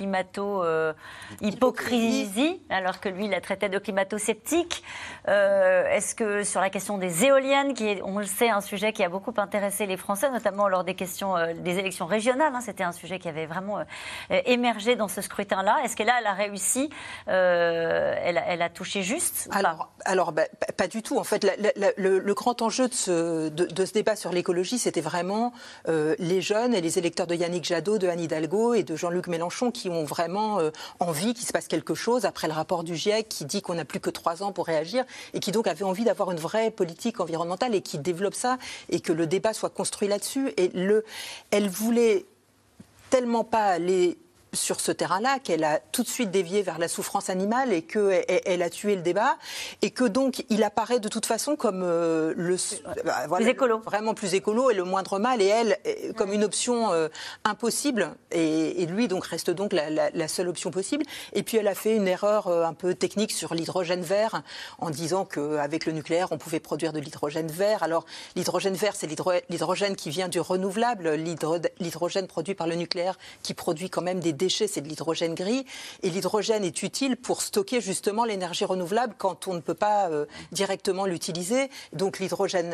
climato-hypocrisie, euh, alors que lui, il la traitait de climato-sceptique. Euh, est-ce que sur la question des éoliennes, qui est, on le sait, un sujet qui a beaucoup intéressé les Français, notamment lors des questions euh, des élections régionales, hein, c'était un sujet qui avait vraiment euh, émergé dans ce scrutin-là. Est-ce que là, elle a réussi, euh, elle, a, elle a touché juste Alors, alors bah, pas du tout. En fait, la, la, la, le, le grand enjeu de ce, de, de ce débat sur l'écologie, c'était vraiment euh, les jeunes et les électeurs de Yannick Jadot, de Anne Hidalgo et de Jean-Luc Mélenchon qui ont vraiment euh, envie qu'il se passe quelque chose après le rapport du GIEC qui dit qu'on n'a plus que trois ans pour réagir et qui donc avaient envie d'avoir une vraie politique environnementale et qui développe ça et que le débat soit construit là-dessus. Et le, elle voulait tellement pas aller sur ce terrain-là qu'elle a tout de suite dévié vers la souffrance animale et qu'elle elle a tué le débat et que donc il apparaît de toute façon comme euh, le bah, voilà, plus écolo. vraiment plus écolo et le moindre mal et elle comme ouais. une option euh, impossible et, et lui donc reste donc la, la, la seule option possible. Et puis elle a fait une erreur euh, un peu technique sur l'hydrogène vert en disant qu'avec le nucléaire on pouvait produire de l'hydrogène vert. Alors l'hydrogène vert c'est l'hydro- l'hydrogène qui vient du renouvelable, l'hydro- l'hydrogène produit par le nucléaire qui produit quand même des déchets, c'est de l'hydrogène gris. Et l'hydrogène est utile pour stocker justement l'énergie renouvelable quand on ne peut pas euh, directement l'utiliser. Donc l'hydrogène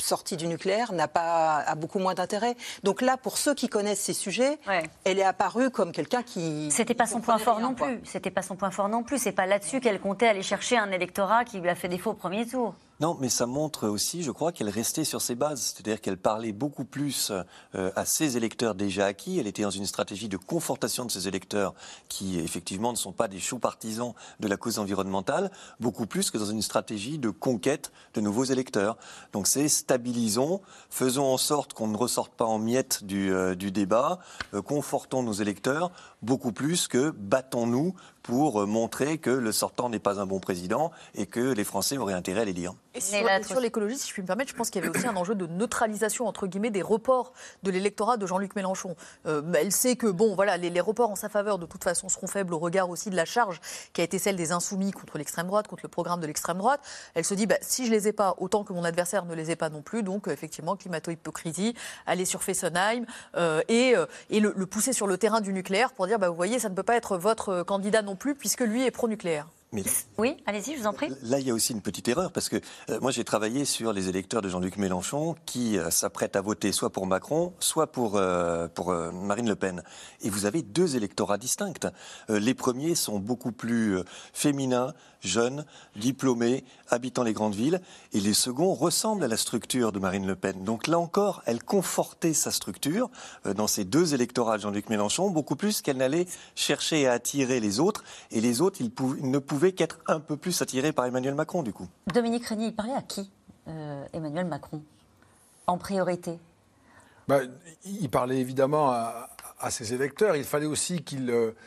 sortie du nucléaire n'a pas a beaucoup moins d'intérêt. Donc là, pour ceux qui connaissent ces sujets, ouais. elle est apparue comme quelqu'un qui... C'était pas son point fort rien, non quoi. plus. C'était pas son point fort non plus. C'est pas là-dessus qu'elle comptait aller chercher un électorat qui lui a fait défaut au premier tour. Non, mais ça montre aussi, je crois, qu'elle restait sur ses bases. C'est-à-dire qu'elle parlait beaucoup plus euh, à ses électeurs déjà acquis. Elle était dans une stratégie de confortation de ses électeurs qui, effectivement, ne sont pas des chauds partisans de la cause environnementale, beaucoup plus que dans une stratégie de conquête de nouveaux électeurs. Donc c'est stabilisons, faisons en sorte qu'on ne ressorte pas en miettes du, euh, du débat, euh, confortons nos électeurs, beaucoup plus que battons-nous pour montrer que le sortant n'est pas un bon président et que les Français auraient intérêt à l'élire. Et sur, et sur l'écologie, si je puis me permettre, je pense qu'il y avait aussi un enjeu de neutralisation, entre guillemets, des reports de l'électorat de Jean-Luc Mélenchon. Euh, elle sait que, bon, voilà, les, les reports en sa faveur, de toute façon, seront faibles au regard aussi de la charge qui a été celle des insoumis contre l'extrême droite, contre le programme de l'extrême droite. Elle se dit, bah, si je les ai pas, autant que mon adversaire ne les ait pas non plus, donc, euh, effectivement, climato-hypocrisie, aller sur Fessenheim euh, et, euh, et le, le pousser sur le terrain du nucléaire pour dire, bah, vous voyez, ça ne peut pas être votre candidat non plus, puisque lui est pro-nucléaire. Mais oui, allez-y, je vous en prie. Là, il y a aussi une petite erreur, parce que euh, moi, j'ai travaillé sur les électeurs de Jean-Luc Mélenchon qui euh, s'apprêtent à voter soit pour Macron, soit pour, euh, pour euh, Marine Le Pen. Et vous avez deux électorats distincts. Euh, les premiers sont beaucoup plus euh, féminins, jeunes, diplômés, habitant les grandes villes. Et les seconds ressemblent à la structure de Marine Le Pen. Donc là encore, elle confortait sa structure euh, dans ces deux électorats de Jean-Luc Mélenchon, beaucoup plus qu'elle n'allait chercher à attirer les autres. Et les autres, ils, pou- ils ne pouvaient qu'être un peu plus attirés par Emmanuel Macron, du coup. Dominique Régnier, il parlait à qui, euh, Emmanuel Macron, en priorité? Ben, il parlait évidemment à, à ses électeurs. Il fallait aussi qu'il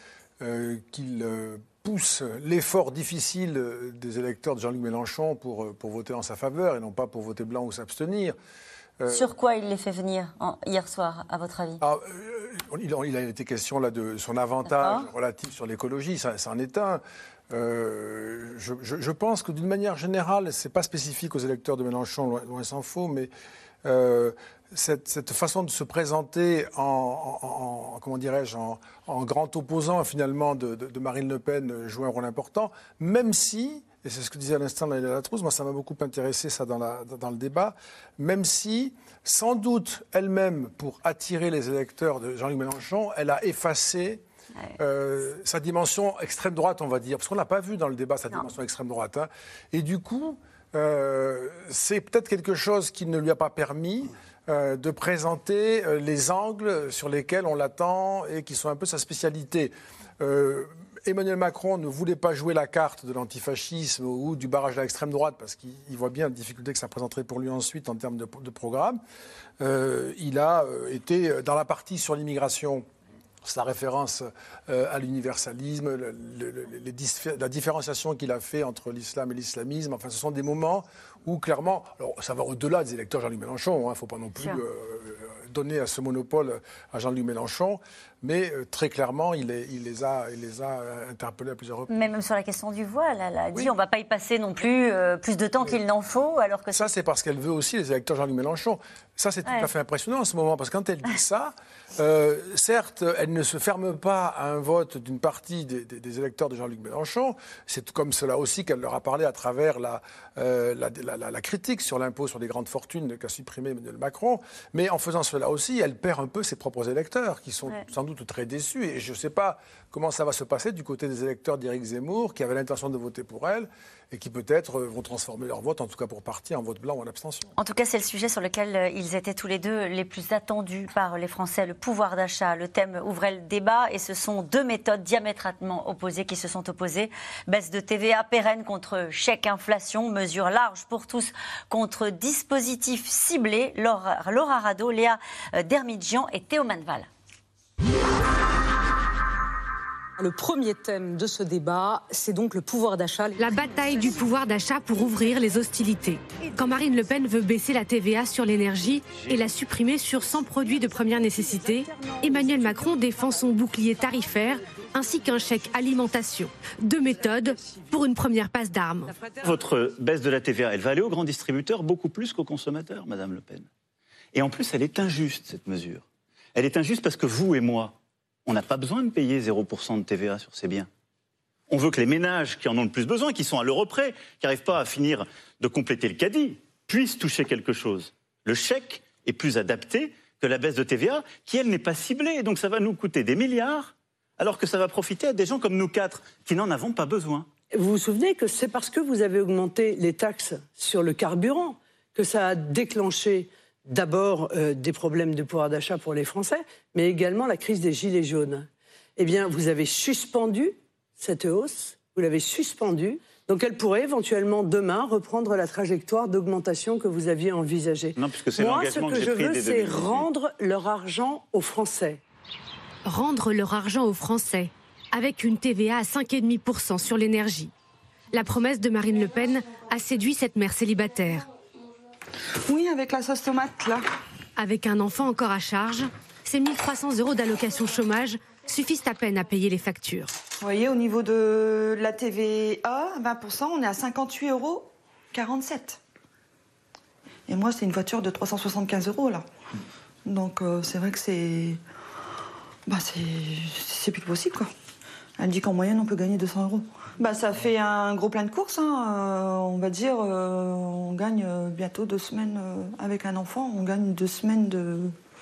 euh, qu'il euh, pousse l'effort difficile des électeurs de Jean-Luc Mélenchon pour, pour voter en sa faveur et non pas pour voter blanc ou s'abstenir. Euh, Sur quoi il les fait venir en, hier soir, à votre avis? alors, euh, il, il a été question là de son avantage relatif sur l'écologie, ça, ça en est un. Euh, je, je, je pense que d'une manière générale, c'est pas spécifique aux électeurs de Mélenchon, loin, loin s'en faut, mais euh, cette, cette façon de se présenter en, en, en comment dirais-je, en, en grand opposant finalement de, de, de Marine Le Pen joue un rôle important, même si, et c'est ce que disait à l'instant Naïla Latrousse, moi ça m'a beaucoup intéressé ça dans, la, dans le débat, même si, sans doute elle-même, pour attirer les électeurs de Jean-Luc Mélenchon, elle a effacé Euh, sa dimension extrême droite, on va dire, parce qu'on l'a pas vu dans le débat, sa non. dimension extrême droite. Hein. Et du coup, euh, c'est peut-être quelque chose qui ne lui a pas permis euh, de présenter euh, les angles sur lesquels on l'attend et qui sont un peu sa spécialité. Euh, Emmanuel Macron ne voulait pas jouer la carte de l'antifascisme ou du barrage à l'extrême droite parce qu'il voit bien la difficulté que ça présenterait pour lui ensuite en termes de, de programme. Euh, il a été dans la partie sur l'immigration. C'est la référence euh, à l'universalisme, le, le, le, les, la différenciation qu'il a fait entre l'islam et l'islamisme. Enfin, ce sont des moments où, clairement, alors, ça va au-delà des électeurs Jean-Luc Mélenchon. Il hein, ne faut pas non plus euh, donner à ce monopole à Jean-Luc Mélenchon. Mais euh, très clairement, il, est, il, les a, il les a interpellés à plusieurs reprises. Mais même sur la question du voile, elle a dit oui. on ne va pas y passer non plus euh, plus de temps oui. qu'il n'en faut. Alors que ça, c'est parce qu'elle veut aussi les électeurs Jean-Luc Mélenchon. Ça, c'est ouais. tout à fait impressionnant en ce moment. Parce que quand elle dit ça, euh, certes, elle ne se ferme pas à un vote d'une partie des, des, des électeurs de Jean-Luc Mélenchon. C'est comme cela aussi qu'elle leur a parlé à travers la, euh, la, la, la, la critique sur l'impôt sur les grandes fortunes qu'a supprimé Emmanuel Macron. Mais en faisant cela aussi, elle perd un peu ses propres électeurs, qui sont ouais. sans doute très déçus. Et je ne sais pas comment ça va se passer du côté des électeurs d'Éric Zemmour, qui avaient l'intention de voter pour elle, et qui peut-être vont transformer leur vote, en tout cas pour partie, en vote blanc ou en abstention. En tout cas, c'est le sujet sur lequel ils étaient tous les deux les plus attendus par les Français, le pouvoir d'achat. Le thème ouvrait le débat et ce sont deux méthodes diamétralement opposées qui se sont opposées. Baisse de T V A pérenne contre chèque inflation, mesure large pour tous contre dispositif ciblé. Laura, Laura Rado, Léa Dermidjian et Théo Manval. Le premier thème de ce débat, c'est donc le pouvoir d'achat. La bataille du pouvoir d'achat pour ouvrir les hostilités. Quand Marine Le Pen veut baisser la T V A sur l'énergie et la supprimer sur cent produits de première nécessité, Emmanuel Macron défend son bouclier tarifaire ainsi qu'un chèque alimentation. Deux méthodes pour une première passe d'armes. Votre baisse de la T V A, elle va aller aux grands distributeurs beaucoup plus qu'aux consommateurs, Madame Le Pen. Et en plus, elle est injuste, cette mesure. Elle est injuste parce que vous et moi, on n'a pas besoin de payer zéro pour cent de T V A sur ces biens. On veut que les ménages qui en ont le plus besoin, qui sont à l'euro près, qui n'arrivent pas à finir de compléter le caddie, puissent toucher quelque chose. le chèque est plus adapté que la baisse de T V A, qui, elle, n'est pas ciblée. Donc ça va nous coûter des milliards, alors que ça va profiter à des gens comme nous quatre, qui n'en avons pas besoin. Vous vous souvenez que c'est parce que vous avez augmenté les taxes sur le carburant que ça a déclenché d'abord euh, des problèmes de pouvoir d'achat pour les Français, mais également la crise des gilets jaunes. Eh bien, vous avez suspendu cette hausse, vous l'avez suspendue, donc elle pourrait éventuellement demain reprendre la trajectoire d'augmentation que vous aviez envisagée. Non, puisque c'est Moi, ce l'engagement que, que je j'ai pris veux, dès c'est deux mille dix-huit. rendre leur argent aux Français. Rendre leur argent aux Français, avec une T V A à cinq virgule cinq pour cent sur l'énergie. La promesse de Marine Le Pen a séduit cette mère célibataire. Oui, avec la sauce tomate, là. Avec un enfant encore à charge, ces mille trois cents euros d'allocation chômage suffisent à peine à payer les factures. Vous voyez, au niveau de la T V A, vingt pour cent, on est à cinquante-huit euros quarante-sept. Et moi, c'est une voiture de trois cent soixante-quinze euros, là. Donc, euh, c'est vrai que c'est... Bah, c'est... c'est plus que possible, quoi. Elle dit qu'en moyenne, on peut gagner deux cents euros. Bah, ça fait un gros plein de courses, hein. Euh, on va dire, euh, on gagne bientôt deux semaines euh, avec un enfant. On gagne deux semaines de,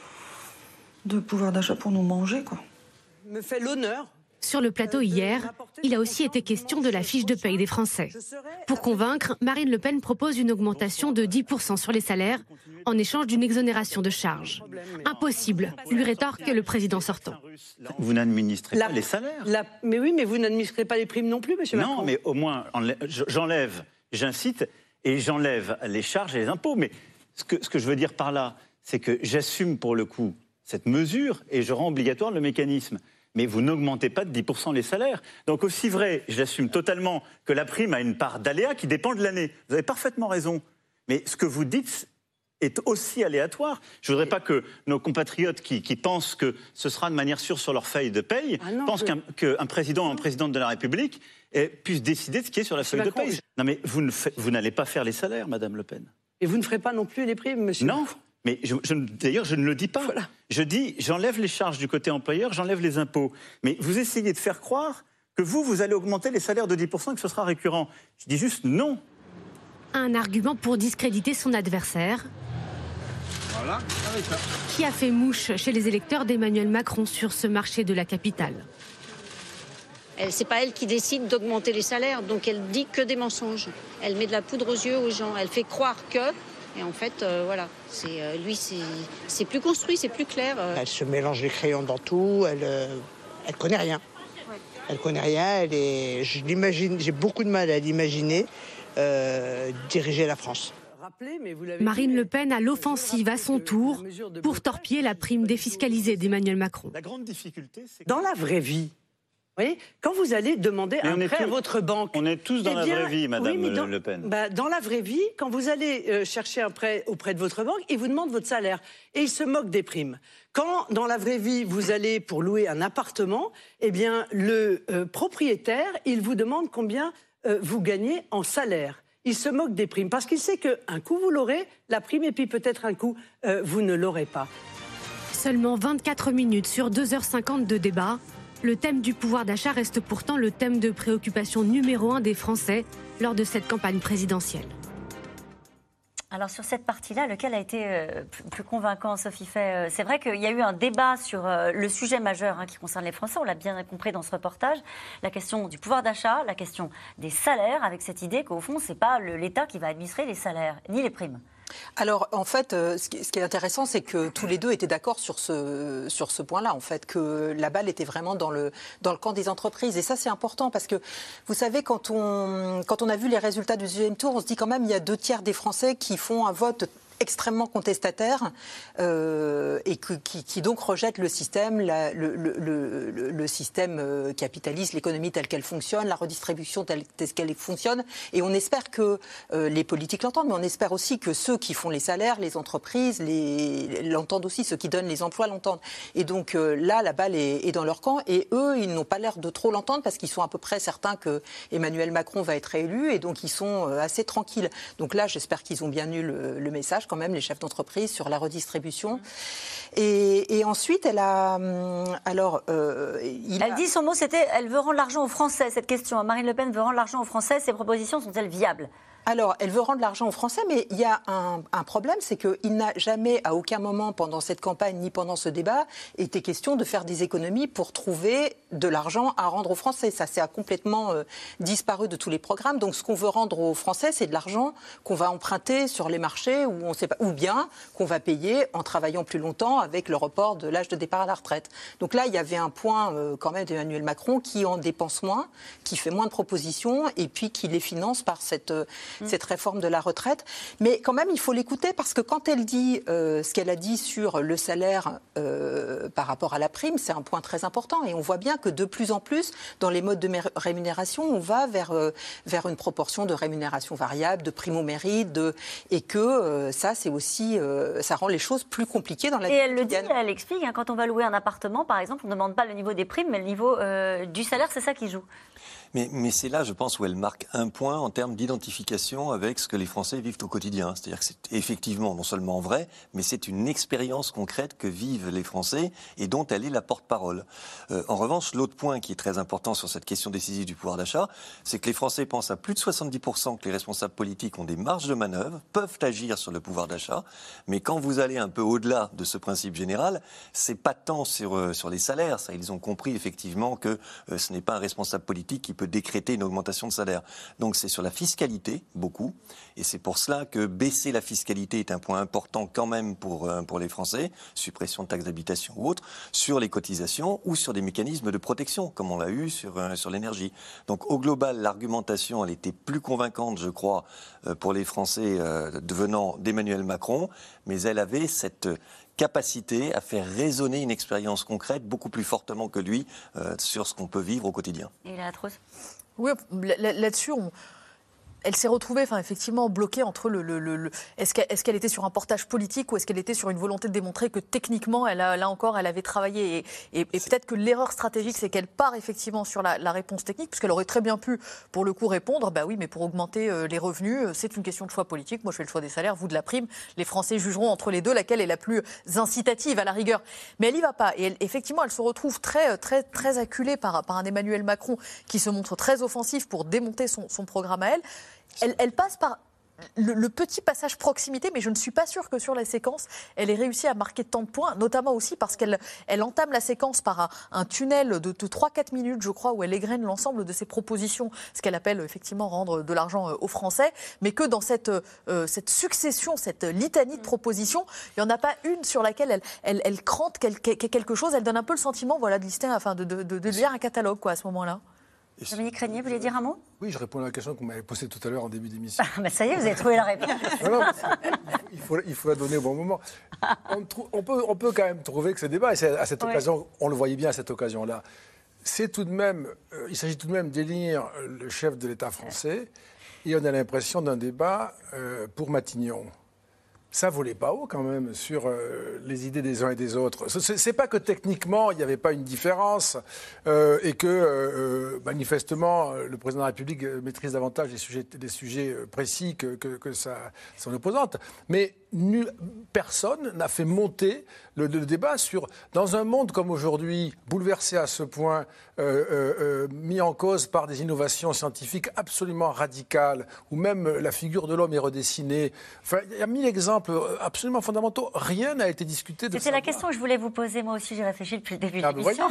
de pouvoir d'achat pour nous manger, quoi. Me fait l'honneur. Sur le plateau hier, il a aussi été question de la fiche de paye des Français. Pour convaincre, Marine Le Pen propose une augmentation de dix pour cent sur les salaires en échange d'une exonération de charges. Impossible, lui rétorque le président sortant. Vous n'administrez La- pas les salaires. La- mais oui, mais vous n'administrez pas les primes non plus, monsieur Macron. Non, mais au moins, enlè- j'enlève, j'incite, et j'enlève les charges et les impôts. Mais ce que, ce que je veux dire par là, c'est que j'assume pour le coup cette mesure et je rends obligatoire le mécanisme. Mais vous n'augmentez pas de dix pour cent les salaires. Donc aussi vrai, j'assume totalement que la prime a une part d'aléa qui dépend de l'année. Vous avez parfaitement raison. Mais ce que vous dites est aussi aléatoire. Je ne voudrais pas que nos compatriotes qui, qui pensent que ce sera de manière sûre sur leur feuille de paye, Ah non, pensent je- qu'un qu'un président ou un présidente de la République eh, puisse décider de ce qui est sur la Monsieur feuille Macron, de paye. je- Non mais vous ne fa- vous n'allez pas faire les salaires, Madame Le Pen. Et vous ne ferez pas non plus les primes, monsieur Non, Macron. mais je, je ne- d'ailleurs, je ne le dis pas. Je dis, j'enlève les charges du côté employeur, j'enlève les impôts. Mais vous essayez de faire croire que vous, vous allez augmenter les salaires de dix pour cent et que ce sera récurrent. Je dis juste non. Un argument pour discréditer son adversaire, qui a fait mouche chez les électeurs d'Emmanuel Macron sur ce marché de la capitale. Ce n'est pas elle qui décide d'augmenter les salaires, donc elle dit que des mensonges. Elle met de la poudre aux yeux aux gens, elle fait croire que... Et en fait, euh, voilà, c'est, euh, lui, c'est, c'est plus construit, c'est plus clair. euh. Elle se mélange les crayons dans tout, elle euh, elle connaît rien. Elle connaît rien, elle est, je l'imagine, j'ai beaucoup de mal à l'imaginer euh, diriger la France. Marine Le Pen à l'offensive à son tour pour torpiller la prime défiscalisée d'Emmanuel Macron. La grande difficulté, c'est Dans la vraie vie, vous voyez, quand vous allez demander Mais un on est prêt à tous- votre banque... on est tous dans eh la bien, vraie vie, Madame oui, mais dans, Le Pen. bah, dans la vraie vie, quand vous allez euh, chercher un prêt auprès de votre banque, ils vous demandent votre salaire et ils se moquent des primes. Quand, dans la vraie vie, vous allez pour louer un appartement, eh bien, le euh, propriétaire, il vous demande combien euh, vous gagnez en salaire. Il se moque des primes parce qu'il sait qu'un coup vous l'aurez, la prime, et puis peut-être un coup euh, vous ne l'aurez pas. Seulement vingt-quatre minutes sur deux heures cinquante de débat. Le thème du pouvoir d'achat reste pourtant le thème de préoccupation numéro un des Français lors de cette campagne présidentielle. Alors sur cette partie-là, lequel a été euh, plus, plus convaincant, Sophie Fay? C'est vrai qu'il y a eu un débat sur euh, le sujet majeur hein, qui concerne les Français, on l'a bien compris dans ce reportage, la question du pouvoir d'achat, la question des salaires, avec cette idée qu'au fond, ce n'est pas le- l'État qui va administrer les salaires, ni les primes. Alors, en fait, euh, ce qui, ce qui est intéressant, c'est que tous les deux étaient d'accord sur ce, sur ce point-là, en fait, que la balle était vraiment dans le, dans le camp des entreprises. Et ça, c'est important parce que, vous savez, quand on, quand on a vu les résultats du deuxième tour, on se dit quand même il y a deux tiers des Français qui font un vote extrêmement contestataire euh, et que, qui, qui donc rejette le système, la, le, le, le, le système euh, capitaliste, l'économie telle qu'elle fonctionne, la redistribution telle, telle qu'elle fonctionne. Et on espère que euh, les politiques l'entendent, mais on espère aussi que ceux qui font les salaires, les entreprises, les, l'entendent aussi, ceux qui donnent les emplois l'entendent. Et donc euh, là, la balle est, est dans leur camp. Et eux, ils n'ont pas l'air de trop l'entendre parce qu'ils sont à peu près certains que Emmanuel Macron va être réélu et donc ils sont euh, assez tranquilles. Donc là, j'espère qu'ils ont bien eu le, le message, quand même, les chefs d'entreprise, sur la redistribution. Et, et ensuite, elle a... Alors, euh, il Elle a... dit, son mot, c'était, elle veut rendre l'argent aux Français, cette question. Marine Le Pen veut rendre l'argent aux Français, ses propositions sont-elles viables? Alors, elle veut rendre l'argent aux Français, mais il y a un, un problème, c'est qu'il n'a jamais, à aucun moment pendant cette campagne, ni pendant ce débat, été question de faire des économies pour trouver de l'argent à rendre aux Français. Ça, ça a complètement euh, disparu de tous les programmes. Donc, ce qu'on veut rendre aux Français, c'est de l'argent qu'on va emprunter sur les marchés, ou, on sait pas, ou bien qu'on va payer en travaillant plus longtemps avec le report de l'âge de départ à la retraite. Donc là, il y avait un point euh, quand même d'Emmanuel Macron qui en dépense moins, qui fait moins de propositions, et puis qui les finance par cette... Euh, cette réforme de la retraite. Mais quand même, il faut l'écouter parce que quand elle dit euh, ce qu'elle a dit sur le salaire euh, par rapport à la prime, c'est un point très important. Et on voit bien que de plus en plus, dans les modes de rémunération, on va vers, euh, vers une proportion de rémunération variable, de prime au mérite, de... et que euh, ça, c'est aussi, euh, ça rend les choses plus compliquées dans la vie. Et elle le dit, elle explique, hein, quand on va louer un appartement, par exemple, on ne demande pas le niveau des primes, mais le niveau euh, du salaire, c'est ça qui joue. Mais, mais c'est là, je pense, où elle marque un point en termes d'identification avec ce que les Français vivent au quotidien. C'est-à-dire que c'est effectivement non seulement vrai, mais c'est une expérience concrète que vivent les Français et dont elle est la porte-parole. Euh, en revanche, l'autre point qui est très important sur cette question décisive du pouvoir d'achat, c'est que les Français pensent à plus de soixante-dix pour cent que les responsables politiques ont des marges de manœuvre, peuvent agir sur le pouvoir d'achat, mais quand vous allez un peu au-delà de ce principe général, c'est pas tant sur, euh, sur les salaires. Ça, ils ont compris effectivement que euh, ce n'est pas un responsable politique qui peut décréter une augmentation de salaire. Donc c'est sur la fiscalité, beaucoup, et c'est pour cela que baisser la fiscalité est un point important quand même pour, euh, pour les Français, suppression de taxes d'habitation ou autre, sur les cotisations ou sur des mécanismes de protection, comme on l'a eu sur, euh, sur l'énergie. Donc au global, l'argumentation, elle était plus convaincante, je crois, euh, pour les Français euh, devenant d'Emmanuel Macron, mais elle avait cette capacité à faire résonner une expérience concrète beaucoup plus fortement que lui euh, sur ce qu'on peut vivre au quotidien. Et la trousse ? Oui, là-dessus, on... elle s'est retrouvée, enfin, effectivement, bloquée entre le... le, le, le... Est-ce qu'elle, est-ce qu'elle était sur un portage politique ou est-ce qu'elle était sur une volonté de démontrer que techniquement, elle a, là encore, elle avait travaillé et, et, et peut-être que l'erreur stratégique, c'est qu'elle part effectivement sur la, la réponse technique, puisqu'elle aurait très bien pu, pour le coup, répondre, bah oui, mais pour augmenter euh, les revenus, c'est une question de choix politique. Moi, je fais le choix des salaires, vous de la prime. Les Français jugeront entre les deux laquelle est la plus incitative à la rigueur. Mais elle n'y va pas. Et elle, effectivement, elle se retrouve très, très, très acculée par, par un Emmanuel Macron qui se montre très offensif pour démonter son, son programme à elle. Elle, elle passe par le, le petit passage proximité, mais je ne suis pas sûre que sur la séquence, elle ait réussi à marquer tant de points, notamment aussi parce qu'elle elle entame la séquence par un, un tunnel de, de trois à quatre minutes, je crois, où elle égrène l'ensemble de ses propositions, ce qu'elle appelle effectivement rendre de l'argent aux Français, mais que dans cette, euh, cette succession, cette litanie de propositions, il n'y en a pas une sur laquelle elle, elle, elle crante quelque chose, elle donne un peu le sentiment voilà, de lister, enfin, de, de, de, de lire un catalogue quoi, à ce moment-là. Dominique Régnier, vous voulez dire un mot ? Oui, je réponds à la question qu'on m'avait posée tout à l'heure en début d'émission. Ah, mais ça y est, vous avez trouvé la réponse. Non, non, il, faut, il faut la donner au bon moment. On, trou, on, peut, on peut quand même trouver que ce débat, et c'est à cette occasion, ouais. on le voyait bien à cette occasion-là, c'est tout de même, euh, il s'agit tout de même d'élire le chef de l'État français, et on a l'impression d'un débat euh, pour Matignon. Ça volait pas haut quand même sur euh, les idées des uns et des autres. C'est, c'est pas que techniquement il n'y avait pas une différence euh, et que euh, manifestement le président de la République maîtrise davantage les sujets, les sujets précis que, que, que sa, son opposante. Mais nul, personne n'a fait monter le, le débat sur dans un monde comme aujourd'hui bouleversé à ce point, euh, euh, euh, mis en cause par des innovations scientifiques absolument radicales, où même la figure de l'homme est redessinée. Enfin, il y a mille exemples absolument fondamentaux. Rien n'a été discuté de ça. C'était la question que je voulais vous poser. Moi aussi, j'ai réfléchi depuis le début de ah, l'émission.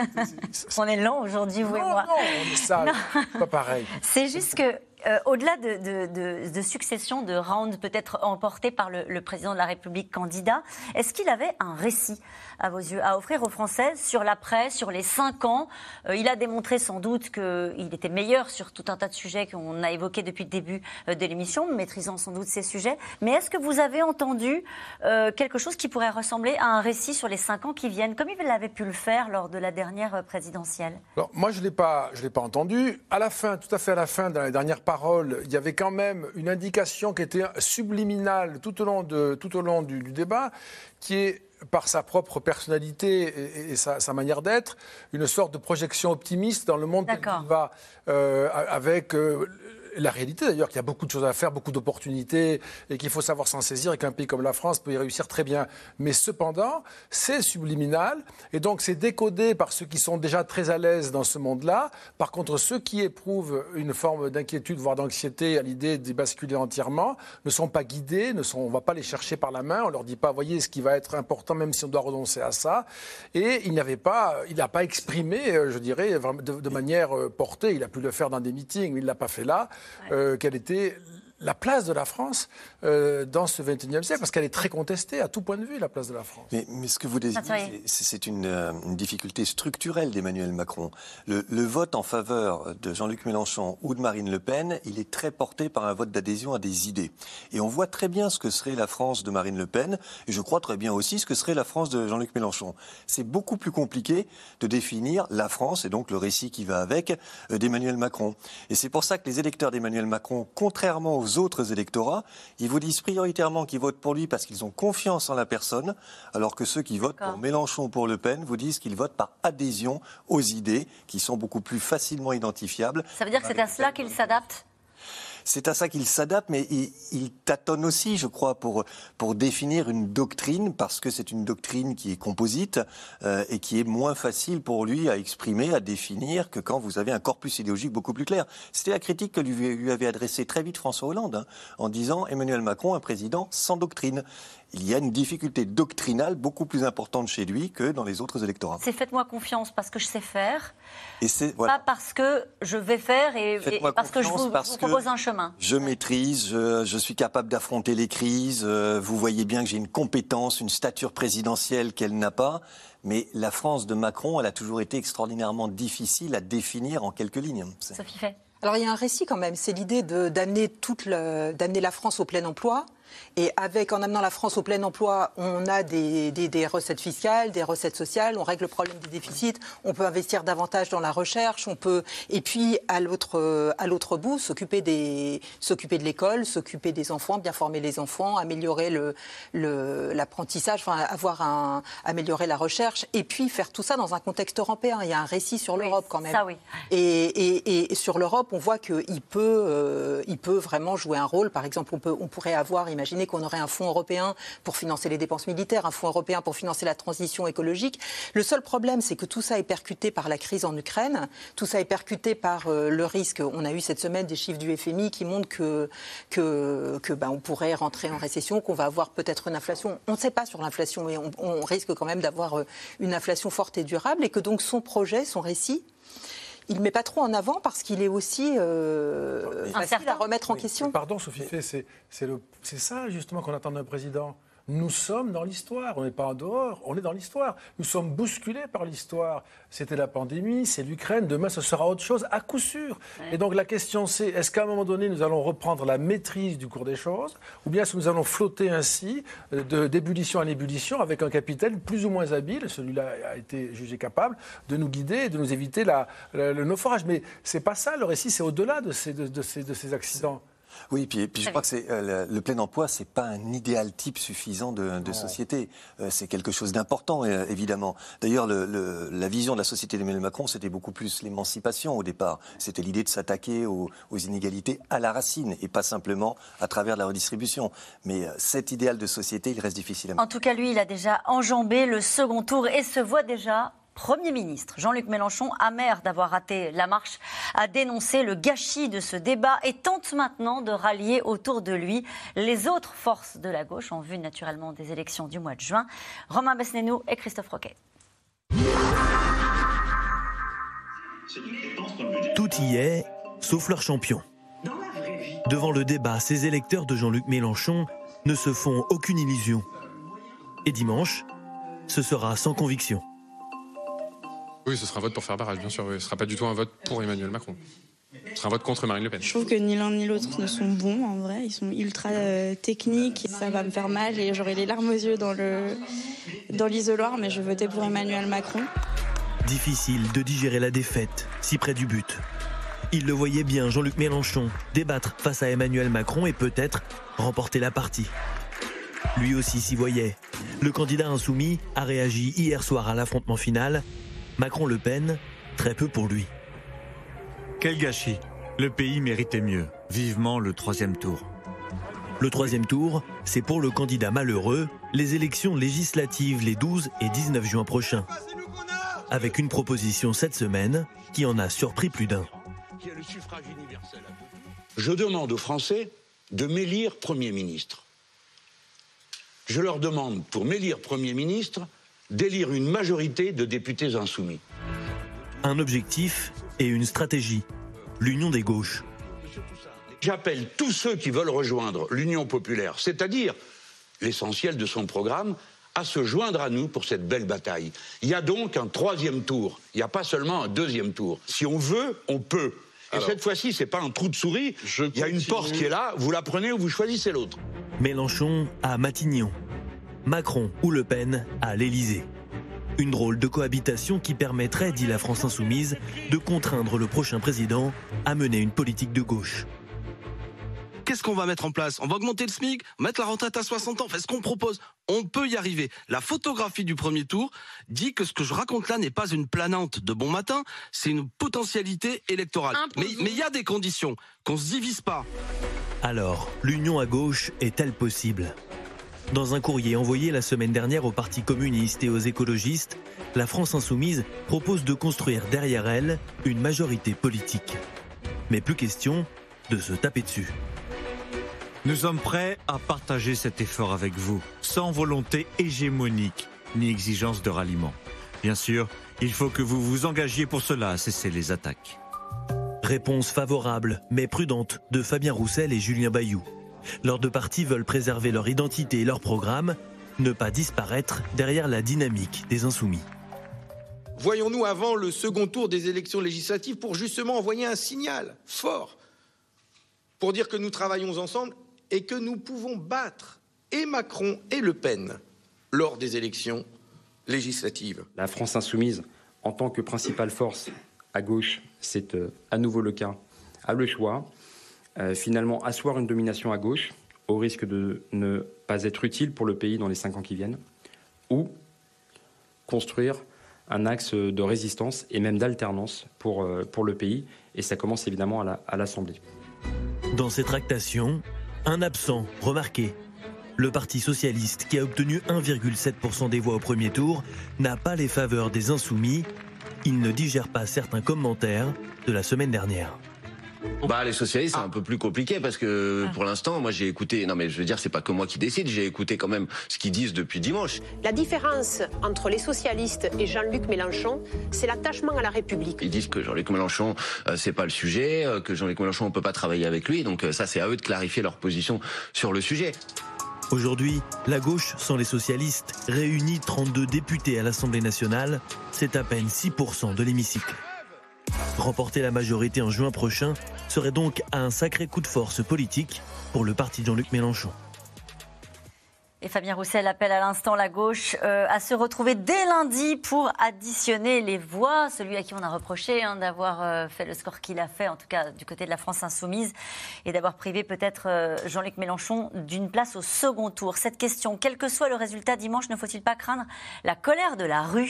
On est lent aujourd'hui, vous non, et moi. Non, on est sale. C'est pas pareil. C'est juste que Euh, au-delà de, de, de, de succession de rounds peut-être emportés par le, le président de la République candidat, est-ce qu'il avait un récit, à vos yeux, à offrir aux Français sur l'après, sur les cinq ans ? euh, Il a démontré sans doute qu'il était meilleur sur tout un tas de sujets qu'on a évoqués depuis le début euh, de l'émission, maîtrisant sans doute ces sujets. Mais est-ce que vous avez entendu euh, quelque chose qui pourrait ressembler à un récit sur les cinq ans qui viennent, comme il avait pu le faire lors de la dernière présidentielle ? Alors, moi, je ne l'ai pas, je l'ai pas entendu. À la fin, tout à fait à la fin, dans la dernière parole, il y avait quand même une indication qui était subliminale tout au long, de, tout au long du, du débat, qui est, par sa propre personnalité et, et sa, sa manière d'être, une sorte de projection optimiste dans le monde qui va, euh, avec... Euh, la réalité d'ailleurs qu'il y a beaucoup de choses à faire, beaucoup d'opportunités et qu'il faut savoir s'en saisir et qu'un pays comme la France peut y réussir très bien. Mais cependant, c'est subliminal et donc c'est décodé par ceux qui sont déjà très à l'aise dans ce monde-là. Par contre, ceux qui éprouvent une forme d'inquiétude, voire d'anxiété à l'idée d'y basculer entièrement, ne sont pas guidés, ne sont, on ne va pas les chercher par la main, on ne leur dit pas, voyez ce qui va être important même si on doit renoncer à ça. Et il n'avait pas, il n'a pas exprimé, je dirais, de, de manière portée, il a pu le faire dans des meetings, mais il ne l'a pas fait là, ouais. euh, quelle était la place de la France euh, dans ce vingt et unième siècle, parce qu'elle est très contestée à tout point de vue, la place de la France. Mais, mais ce que vous désignez, c'est, c'est une, euh, une difficulté structurelle d'Emmanuel Macron. Le, le vote en faveur de Jean-Luc Mélenchon ou de Marine Le Pen, il est très porté par un vote d'adhésion à des idées. Et on voit très bien ce que serait la France de Marine Le Pen, et je crois très bien aussi ce que serait la France de Jean-Luc Mélenchon. C'est beaucoup plus compliqué de définir la France, et donc le récit qui va avec, euh, d'Emmanuel Macron. Et c'est pour ça que les électeurs d'Emmanuel Macron, contrairement aux autres électorats, ils vous disent prioritairement qu'ils votent pour lui parce qu'ils ont confiance en la personne, alors que ceux qui votent pour Mélenchon ou pour Le Pen vous disent qu'ils votent par adhésion aux idées qui sont beaucoup plus facilement identifiables. Ça veut dire que c'est à cela qu'ils s'adaptent ? C'est à ça qu'il s'adapte, mais il, il tâtonne aussi, je crois, pour, pour définir une doctrine, parce que c'est une doctrine qui est composite euh, et qui est moins facile pour lui à exprimer, à définir, que quand vous avez un corpus idéologique beaucoup plus clair. C'était la critique que lui, lui avait adressée très vite François Hollande, hein, en disant Emmanuel Macron, un président sans doctrine. Il y a une difficulté doctrinale beaucoup plus importante chez lui que dans les autres électorats. C'est faites-moi confiance parce que je sais faire, et c'est, voilà. Pas parce que je vais faire et, et parce que je vous, parce vous propose un chemin. Je maîtrise, je, je suis capable d'affronter les crises, euh, vous voyez bien que j'ai une compétence, une stature présidentielle qu'elle n'a pas, mais la France de Macron, elle a toujours été extraordinairement difficile à définir en quelques lignes. C'est... Sophie Fay. Alors il y a un récit quand même, c'est l'idée de, d'amener, toute le, d'amener la France au plein emploi. Et avec, en amenant la France au plein emploi, on a des, des, des recettes fiscales, des recettes sociales, on règle le problème des déficits, on peut investir davantage dans la recherche, on peut, et puis à l'autre, à l'autre bout, s'occuper, des, s'occuper de l'école, s'occuper des enfants, bien former les enfants, améliorer le, le, l'apprentissage, enfin avoir un, améliorer la recherche, et puis faire tout ça dans un contexte européen. Il y a un récit sur l'Europe oui, quand même. Ça, oui. et, et, et sur l'Europe, on voit qu'il peut, euh, il peut vraiment jouer un rôle. Par exemple, on, peut, on pourrait avoir, imaginez qu'on aurait un fonds européen pour financer les dépenses militaires, un fonds européen pour financer la transition écologique. Le seul problème, c'est que tout ça est percuté par la crise en Ukraine, tout ça est percuté par euh, le risque. On a eu cette semaine des chiffres du F M I qui montrent que, que, que ben, on pourrait rentrer en récession, qu'on va avoir peut-être une inflation. On ne sait pas sur l'inflation, mais on, on risque quand même d'avoir une inflation forte et durable, et que donc son projet, son récit, il ne met pas trop en avant parce qu'il est aussi euh, facile à remettre en oui. question. Pardon, Sophie Fay, c'est, c'est, le, c'est ça justement qu'on attend d'un président. Nous sommes dans l'histoire, on n'est pas en dehors, on est dans l'histoire. Nous sommes bousculés par l'histoire. C'était la pandémie, c'est l'Ukraine, demain ce sera autre chose, à coup sûr. Ouais. Et donc la question c'est, est-ce qu'à un moment donné nous allons reprendre la maîtrise du cours des choses, ou bien est-ce que nous allons flotter ainsi de, d'ébullition en ébullition avec un capitaine plus ou moins habile, celui-là a été jugé capable, de nous guider et de nous éviter la, la, le naufrage. Mais c'est pas ça, le récit, c'est au-delà de ces, de, de ces, de ces accidents. Oui, puis, puis je crois que c'est, euh, le, le plein emploi, c'est pas un idéal type suffisant de, de société. Euh, c'est quelque chose d'important, euh, évidemment. D'ailleurs, le, le, la vision de la société d'Emmanuel Macron, c'était beaucoup plus l'émancipation au départ. C'était l'idée de s'attaquer aux, aux inégalités à la racine et pas simplement à travers la redistribution. Mais euh, cet idéal de société, il reste difficile à mettre. En tout cas, lui, il a déjà enjambé le second tour et se voit déjà Premier ministre. Jean-Luc Mélenchon, amer d'avoir raté la marche, a dénoncé le gâchis de ce débat et tente maintenant de rallier autour de lui les autres forces de la gauche en vue naturellement des élections du mois de juin. Romain Besnénou et Christophe Roquet. Tout y est, sauf leur champion. Devant le débat, ces électeurs de Jean-Luc Mélenchon ne se font aucune illusion. Et dimanche, ce sera sans conviction. Oui, ce sera un vote pour faire barrage, bien sûr. Oui. Ce ne sera pas du tout un vote pour Emmanuel Macron. Ce sera un vote contre Marine Le Pen. Je trouve que ni l'un ni l'autre ne sont bons, en vrai. Ils sont ultra euh, techniques. Ça va me faire mal et j'aurai les larmes aux yeux dans, le, dans l'isoloir, mais je votais pour Emmanuel Macron. Difficile de digérer la défaite, si près du but. Il le voyait bien, Jean-Luc Mélenchon, débattre face à Emmanuel Macron et peut-être remporter la partie. Lui aussi s'y voyait. Le candidat insoumis a réagi hier soir à l'affrontement final. Macron-Le Pen, très peu pour lui. Quel gâchis. Le pays méritait mieux. Vivement le troisième tour. Le troisième tour, c'est pour le candidat malheureux, les élections législatives les douze et dix-neuf juin prochains. Avec une proposition cette semaine qui en a surpris plus d'un. Je demande aux Français de m'élire Premier ministre. Je leur demande, pour m'élire Premier ministre, d'élire une majorité de députés insoumis. Un objectif et une stratégie. L'union des gauches. J'appelle tous ceux qui veulent rejoindre l'Union populaire, c'est-à-dire l'essentiel de son programme, à se joindre à nous pour cette belle bataille. Il y a donc un troisième tour, il n'y a pas seulement un deuxième tour. Si on veut, on peut. Et Alors, cette fois-ci, ce n'est pas un trou de souris, il y a une porte qui est là, vous la prenez ou vous choisissez l'autre. Mélenchon à Matignon, Macron ou Le Pen à l'Élysée. Une drôle de cohabitation qui permettrait, dit la France Insoumise, de contraindre le prochain président à mener une politique de gauche. Qu'est-ce qu'on va mettre en place? On va augmenter le SMIC, mettre la retraite à soixante ans. Enfin, ce qu'on propose, on peut y arriver. La photographie du premier tour dit que ce que je raconte là n'est pas une planante de bon matin, c'est une potentialité électorale. Mais il y a des conditions, qu'on se divise pas. Alors, l'union à gauche est-elle possible? Dans un courrier envoyé la semaine dernière au Parti communiste et aux écologistes, la France Insoumise propose de construire derrière elle une majorité politique. Mais plus question de se taper dessus. Nous sommes prêts à partager cet effort avec vous, sans volonté hégémonique ni exigence de ralliement. Bien sûr, il faut que vous vous engagiez pour cela à cesser les attaques. Réponse favorable, mais prudente, de Fabien Roussel et Julien Bayou. Leurs deux partis veulent préserver leur identité et leur programme, ne pas disparaître derrière la dynamique des Insoumis. Voyons-nous avant le second tour des élections législatives pour justement envoyer un signal fort, pour dire que nous travaillons ensemble et que nous pouvons battre et Macron et Le Pen lors des élections législatives. La France Insoumise, en tant que principale force à gauche, c'est euh, à nouveau le cas, a le choix, euh, finalement, asseoir une domination à gauche, au risque de ne pas être utile pour le pays dans les cinq ans qui viennent, ou construire un axe de résistance et même d'alternance pour, euh, pour le pays. Et ça commence évidemment à l'Assemblée. Dans ces tractations, un absent remarqué. Le Parti socialiste, qui a obtenu un virgule sept pour cent des voix au premier tour, n'a pas les faveurs des Insoumis. Il ne digère pas certains commentaires de la semaine dernière. Bah, les socialistes, c'est un peu plus compliqué parce que pour l'instant, moi j'ai écouté, non mais je veux dire, c'est pas que moi qui décide, j'ai écouté quand même ce qu'ils disent depuis dimanche. La différence entre les socialistes et Jean-Luc Mélenchon, c'est l'attachement à la République. Ils disent que Jean-Luc Mélenchon, euh, c'est pas le sujet, euh, que Jean-Luc Mélenchon, on peut pas travailler avec lui, donc euh, ça c'est à eux de clarifier leur position sur le sujet. Aujourd'hui, la gauche, sans les socialistes, réunit trente-deux députés à l'Assemblée nationale, c'est à peine six pour cent de l'hémicycle. Remporter la majorité en juin prochain serait donc un sacré coup de force politique pour le parti de Jean-Luc Mélenchon. Et Fabien Roussel appelle à l'instant la gauche euh, à se retrouver dès lundi pour additionner les voix. Celui à qui on a reproché hein, d'avoir euh, fait le score qu'il a fait, en tout cas du côté de la France Insoumise, et d'avoir privé peut-être euh, Jean-Luc Mélenchon d'une place au second tour. Cette question, quel que soit le résultat dimanche, ne faut-il pas craindre la colère de la rue ?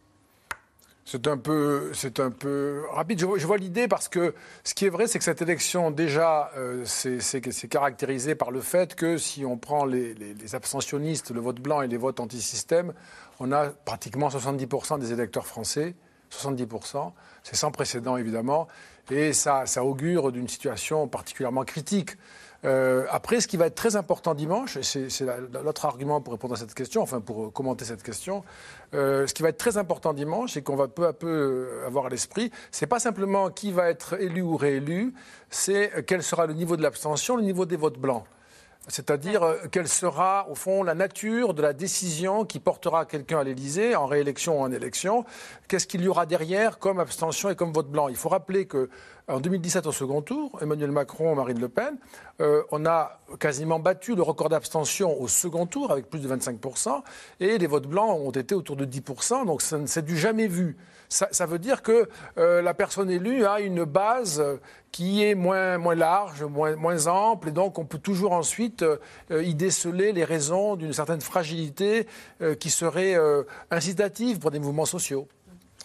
C'est un peu, c'est un peu rapide. Je vois, je vois l'idée parce que ce qui est vrai, c'est que cette élection, déjà, euh, c'est, c'est, c'est caractérisé par le fait que si on prend les, les, les abstentionnistes, le vote blanc et les votes anti-système, on a pratiquement soixante-dix pour cent des électeurs français. soixante-dix pour cent. C'est sans précédent, évidemment. Et ça, ça augure d'une situation particulièrement critique. Euh, après, ce qui va être très important dimanche, et c'est, c'est la, l'autre argument pour répondre à cette question, enfin pour commenter cette question, euh, ce qui va être très important dimanche, et qu'on va peu à peu avoir à l'esprit, c'est pas simplement qui va être élu ou réélu, c'est quel sera le niveau de l'abstention, le niveau des votes blancs. C'est-à-dire euh, quelle sera, au fond, la nature de la décision qui portera quelqu'un à l'Élysée, en réélection ou en élection. Qu'est-ce qu'il y aura derrière comme abstention et comme vote blanc ? Il faut rappeler qu'en deux mille dix-sept, au second tour, Emmanuel Macron, Marine Le Pen, euh, on a quasiment battu le record d'abstention au second tour, avec plus de vingt-cinq pour cent, et les votes blancs ont été autour de dix pour cent, donc ça, c'est du jamais vu. Ça, ça veut dire que euh, la personne élue a une base qui est moins, moins large, moins, moins ample, et donc on peut toujours ensuite euh, y déceler les raisons d'une certaine fragilité euh, qui serait euh, incitative pour des mouvements sociaux.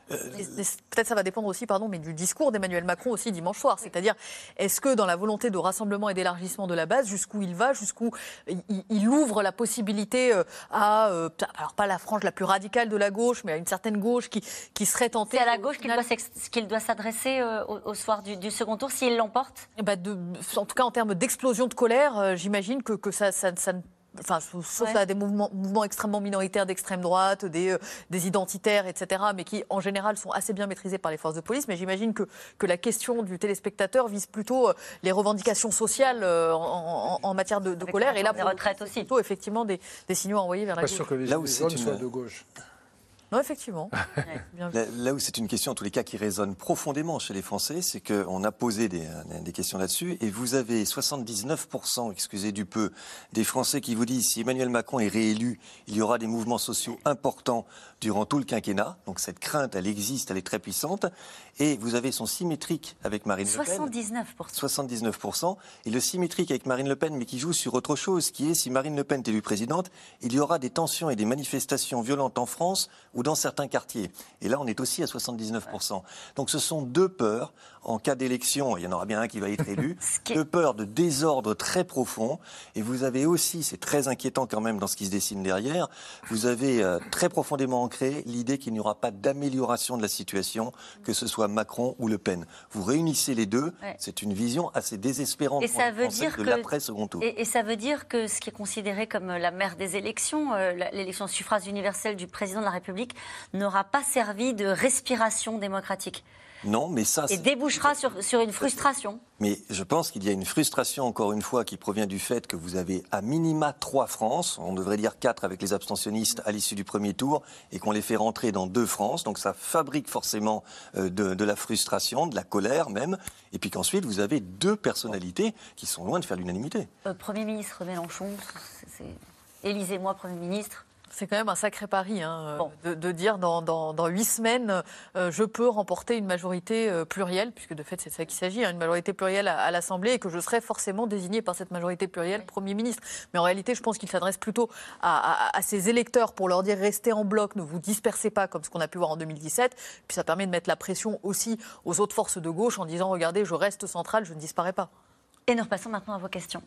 Peut-être ça va dépendre aussi, pardon, mais du discours d'Emmanuel Macron aussi dimanche soir. C'est-à-dire, est-ce que dans la volonté de rassemblement et d'élargissement de la base, jusqu'où il va, jusqu'où il, il ouvre la possibilité à, euh, alors pas la frange la plus radicale de la gauche, mais à une certaine gauche qui, qui serait tentée. C'est à la gauche qu'il doit, qu'il doit s'adresser euh, au, au soir du, du second tour, s'il l'emporte bah de, En tout cas, en termes d'explosion de colère, euh, j'imagine que, que ça, ça, ça ne Enfin, sauf ouais. à des mouvements, mouvements extrêmement minoritaires d'extrême droite, des, euh, des identitaires, et cetera, mais qui, en général, sont assez bien maîtrisés par les forces de police. Mais j'imagine que, que la question du téléspectateur vise plutôt euh, les revendications sociales euh, en, en, en matière de, de colère. Et là, pour retraites aussi. Plutôt, effectivement, des, des signaux envoyés vers la Pas gauche. Pas sûr que les, là où les jeunes une... soient de gauche. Non, effectivement. Bien là, là où c'est une question, en tous les cas, qui résonne profondément chez les Français, c'est qu'on a posé des, des questions là-dessus, et vous avez soixante-dix-neuf pour cent, excusez du peu, des Français qui vous disent si Emmanuel Macron est réélu, il y aura des mouvements sociaux importants durant tout le quinquennat. Donc cette crainte, elle existe, elle est très puissante. Et vous avez son symétrique avec Marine Le Pen. soixante-dix-neuf pour cent. soixante-dix-neuf pour cent. Et le symétrique avec Marine Le Pen, mais qui joue sur autre chose, qui est si Marine Le Pen est élue présidente, il y aura des tensions et des manifestations violentes en France ou dans certains quartiers. Et là, on est aussi à soixante-dix-neuf pour cent. Donc ce sont deux peurs. En cas d'élection, il y en aura bien un qui va être élu. Deux peurs de désordre très profond. Et vous avez aussi, c'est très inquiétant quand même dans ce qui se dessine derrière, vous avez euh, très profondément ancré l'idée qu'il n'y aura pas d'amélioration de la situation, que ce soit Macron ou Le Pen. Vous réunissez les deux, ouais. C'est une vision assez désespérante et pour ça les veut Français dire de que, l'après-second tour. Et, et ça veut dire que ce qui est considéré comme la mère des élections, euh, l'élection suffrage universel du président de la République, n'aura pas servi de respiration démocratique. Non, mais ça... Et débouchera sur, sur une frustration. Mais je pense qu'il y a une frustration, encore une fois, qui provient du fait que vous avez à minima trois France, on devrait dire quatre avec les abstentionnistes à l'issue du premier tour, et qu'on les fait rentrer dans deux France. Donc ça fabrique forcément euh, de, de la frustration, de la colère même. Et puis qu'ensuite, vous avez deux personnalités qui sont loin de faire l'unanimité. Euh, Premier ministre Mélenchon, c'est... Élisez-moi Premier ministre. C'est quand même un sacré pari hein, bon. de, de dire dans, dans, dans huit semaines, euh, je peux remporter une majorité euh, plurielle, puisque de fait c'est de ça qu'il s'agit, hein, une majorité plurielle à, à l'Assemblée, et que je serai forcément désigné par cette majorité plurielle oui. Premier ministre. Mais en réalité, je pense qu'il s'adresse plutôt à, à, à ses électeurs pour leur dire restez en bloc, ne vous dispersez pas, comme ce qu'on a pu voir en deux mille dix-sept. Puis ça permet de mettre la pression aussi aux autres forces de gauche en disant regardez, je reste central, je ne disparais pas. Et nous repassons maintenant à vos questions.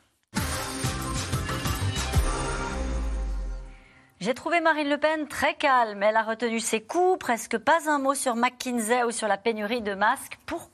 J'ai trouvé Marine Le Pen très calme. Elle a retenu ses coups, presque pas un mot sur McKinsey ou sur la pénurie de masques. Pourquoi ?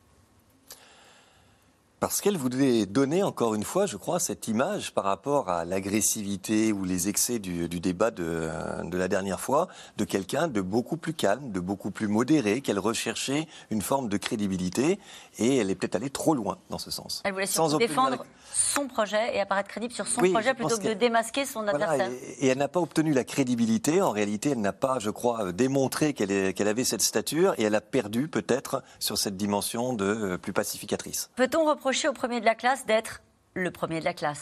Parce qu'elle voulait donner, encore une fois, je crois, cette image par rapport à l'agressivité ou les excès du, du débat de, de la dernière fois, de quelqu'un de beaucoup plus calme, de beaucoup plus modéré, qu'elle recherchait une forme de crédibilité, et elle est peut-être allée trop loin dans ce sens. Elle voulait surtout défendre avec... son projet et apparaître crédible sur son oui, projet plutôt que de démasquer son voilà, adversaire. Et, et elle n'a pas obtenu la crédibilité. En réalité, elle n'a pas, je crois, démontré qu'elle, est, qu'elle avait cette stature, et elle a perdu peut-être sur cette dimension de euh, plus pacificatrice. Peut-on reprocher au premier de la classe d'être le premier de la classe ?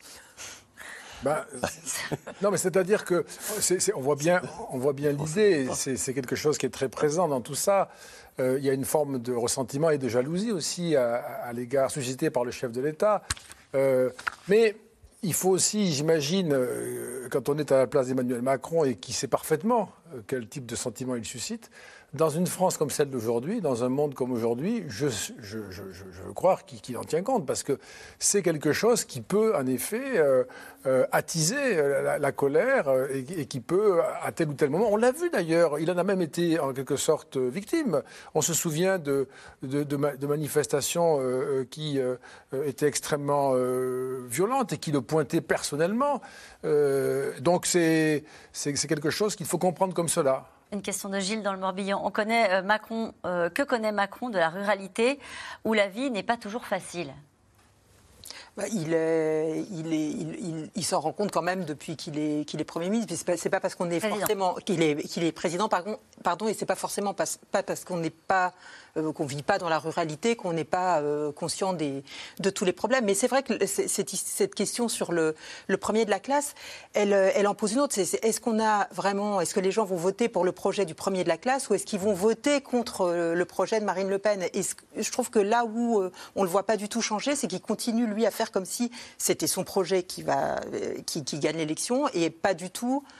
Ben, non, mais c'est-à-dire que c'est, c'est, on voit bien, on voit bien l'idée. C'est, c'est quelque chose qui est très présent dans tout ça. Euh, il y a une forme de ressentiment et de jalousie aussi à, à l'égard suscité par le chef de l'État. Euh, mais il faut aussi, j'imagine, euh, quand on est à la place d'Emmanuel Macron et qui sait parfaitement euh, quel type de sentiment il suscite, dans une France comme celle d'aujourd'hui, dans un monde comme aujourd'hui, je, je, je, je, je veux croire qu'il, qu'il en tient compte, parce que c'est quelque chose qui peut, en effet, euh, euh, attiser la, la colère euh, et, et qui peut, à tel ou tel moment... On l'a vu d'ailleurs, il en a même été en quelque sorte victime. On se souvient de, de, de, de manifestations euh, qui euh, étaient extrêmement euh, violentes et qui le pointaient personnellement. Euh, donc c'est, c'est, c'est quelque chose qu'il faut comprendre comme cela. Une question de Gilles dans le Morbihan. On connaît euh, Macron, euh, que connaît Macron de la ruralité où la vie n'est pas toujours facile ? Bah, il, est, il, est, il, il, il s'en rend compte quand même depuis qu'il est, qu'il est Premier ministre. C'est pas, c'est pas parce qu'on est président. forcément qu'il est, qu'il est président, pardon, pardon, et c'est pas forcément pas, pas parce qu'on n'est pas euh, qu'on vit pas dans la ruralité qu'on n'est pas euh, conscient des, de tous les problèmes. Mais c'est vrai que c'est, c'est, cette question sur le, le premier de la classe, elle, elle en pose une autre. C'est, c'est, est-ce qu'on a vraiment, est-ce que les gens vont voter pour le projet du premier de la classe ou est-ce qu'ils vont voter contre euh, le projet de Marine Le Pen ? Et je trouve que là où euh, on le voit pas du tout changer, c'est qu'il continue lui à faire comme si c'était son projet qui, va, qui, qui gagne l'élection et pas du tout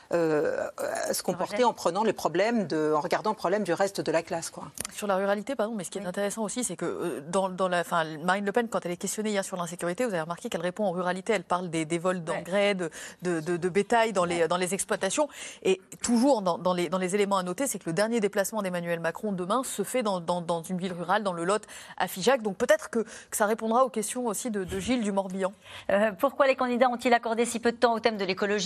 euh, à se comporter en prenant les problèmes, de, en regardant le problème du reste de la classe, quoi. Sur la ruralité, pardon, mais ce qui est intéressant aussi, c'est que dans, dans la, enfin, Marine Le Pen, quand elle est questionnée hier sur l'insécurité, vous avez remarqué qu'elle répond en ruralité, elle parle des, des vols d'engrais, de, de, de, de bétail dans les, dans les exploitations. Et toujours dans, dans, les, dans les éléments à noter, c'est que le dernier déplacement d'Emmanuel Macron demain se fait dans, dans, dans une ville rurale, dans le Lot, à Figeac. Donc peut-être que, que ça répondra aux questions aussi de, de Gilles du Morbihan. Euh, pourquoi les candidats ont-ils accordé si peu de temps au thème de l'écologie ?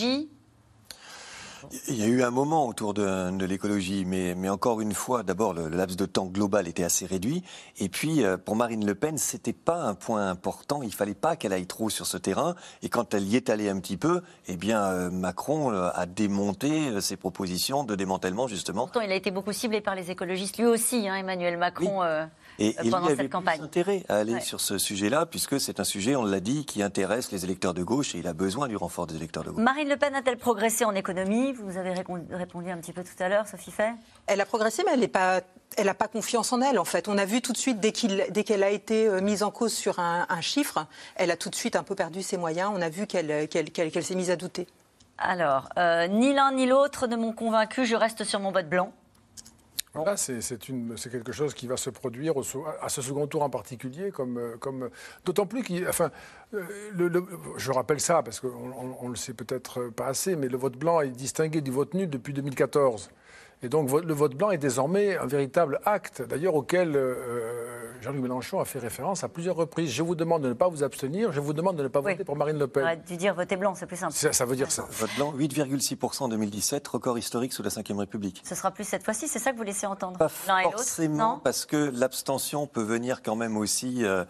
Il y a eu un moment autour de, de l'écologie, mais, mais encore une fois, d'abord, le, le laps de temps global était assez réduit. Et puis, euh, pour Marine Le Pen, c'était pas un point important. Il fallait pas qu'elle aille trop sur ce terrain. Et quand elle y est allée un petit peu, eh bien, euh, Macron euh, a démonté euh, ses propositions de démantèlement, justement. Pourtant, il a été beaucoup ciblé par les écologistes, lui aussi, hein, Emmanuel Macron. Oui. Euh... Et il y pendant avait cette campagne. plus intérêt à aller ouais. sur ce sujet-là, puisque c'est un sujet, on l'a dit, qui intéresse les électeurs de gauche et il a besoin du renfort des électeurs de gauche. Marine Le Pen a-t-elle progressé en économie ? Vous avez répondu un petit peu tout à l'heure, Sophie Fay. Elle a progressé, mais elle n'est pas... Elle n'a pas confiance en elle, en fait. On a vu tout de suite, dès, qu'il, dès qu'elle a été mise en cause sur un, un chiffre, elle a tout de suite un peu perdu ses moyens. On a vu qu'elle, qu'elle, qu'elle, qu'elle s'est mise à douter. Alors, euh, ni l'un ni l'autre ne m'ont convaincu, je reste sur mon vote blanc. Là, c'est, c'est, une, c'est quelque chose qui va se produire au, à ce second tour en particulier, comme, comme, d'autant plus qu'il... Enfin, le, le, je rappelle ça, parce qu'on ne le sait peut-être pas assez, mais le vote blanc est distingué du vote nul depuis deux mille quatorze. Et donc le vote blanc est désormais un véritable acte, d'ailleurs auquel euh, Jean-Luc Mélenchon a fait référence à plusieurs reprises. Je vous demande de ne pas vous abstenir, je vous demande de ne pas oui. voter pour Marine Le Pen. On aurait dû dire voter blanc, c'est plus simple. Ça, ça veut dire ça. Vote blanc, huit virgule six pour cent en deux mille dix-sept, record historique sous la cinquième République. Ce sera plus cette fois-ci, c'est ça que vous laissez entendre Pas l'un et l'autre, forcément, parce que l'abstention peut venir quand même aussi... Euh,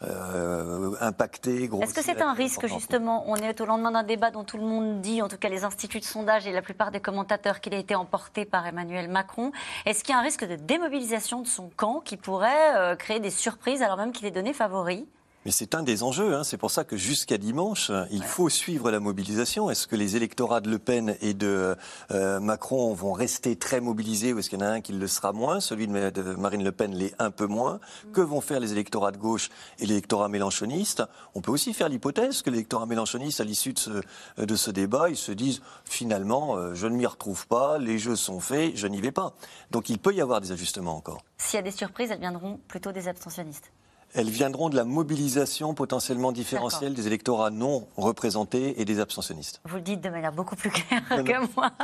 Euh, impacté, grossir. Est-ce que c'est un risque, justement ? On est au lendemain d'un débat dont tout le monde dit, en tout cas les instituts de sondage et la plupart des commentateurs, qu'il a été emporté par Emmanuel Macron. Est-ce qu'il y a un risque de démobilisation de son camp qui pourrait euh, créer des surprises alors même qu'il est donné favori ? Mais c'est un des enjeux, hein. C'est pour ça que jusqu'à dimanche, il faut suivre la mobilisation. Est-ce que les électorats de Le Pen et de euh, Macron vont rester très mobilisés ou est-ce qu'il y en a un qui le sera moins ? Celui de, de Marine Le Pen l'est un peu moins. Mmh. Que vont faire les électorats de gauche et l'électorat mélenchoniste ? On peut aussi faire l'hypothèse que l'électorat mélenchoniste, à l'issue de ce, de ce débat, ils se disent finalement, euh, je ne m'y retrouve pas, les jeux sont faits, je n'y vais pas. Donc il peut y avoir des ajustements encore. S'il y a des surprises, elles viendront plutôt des abstentionnistes. Elles viendront de la mobilisation potentiellement différentielle D'accord. des électorats non représentés et des abstentionnistes. Vous le dites de manière beaucoup plus claire non, que non. moi.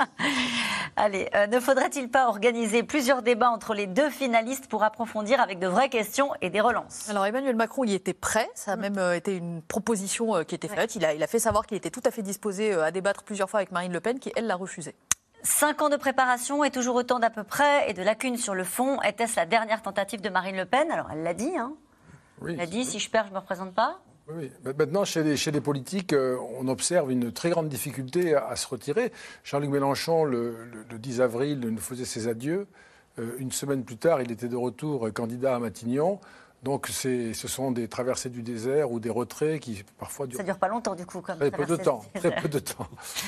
Allez, euh, ne faudrait-il pas organiser plusieurs débats entre les deux finalistes pour approfondir avec de vraies questions et des relances ? Alors Emmanuel Macron y était prêt, ça a mmh. même euh, été une proposition euh, qui était faite. Ouais. Il a, il a fait savoir qu'il était tout à fait disposé euh, à débattre plusieurs fois avec Marine Le Pen, qui elle l'a refusé. Cinq ans de préparation et toujours autant d'à peu près et de lacunes sur le fond. Était-ce la dernière tentative de Marine Le Pen ? Alors elle l'a dit, hein. Oui, Il a dit, oui. si je perds, je ne me représente pas. Oui, oui. Maintenant, chez les, chez les politiques, euh, on observe une très grande difficulté à, à se retirer. Jean-Luc Mélenchon, le, le, le dix avril, nous faisait ses adieux. Euh, une semaine plus tard, il était de retour euh, candidat à Matignon. Donc, c'est, ce sont des traversées du désert ou des retraits qui, parfois... Durent... Ça ne dure pas longtemps, du coup. Comme très peu de temps, très peu de temps.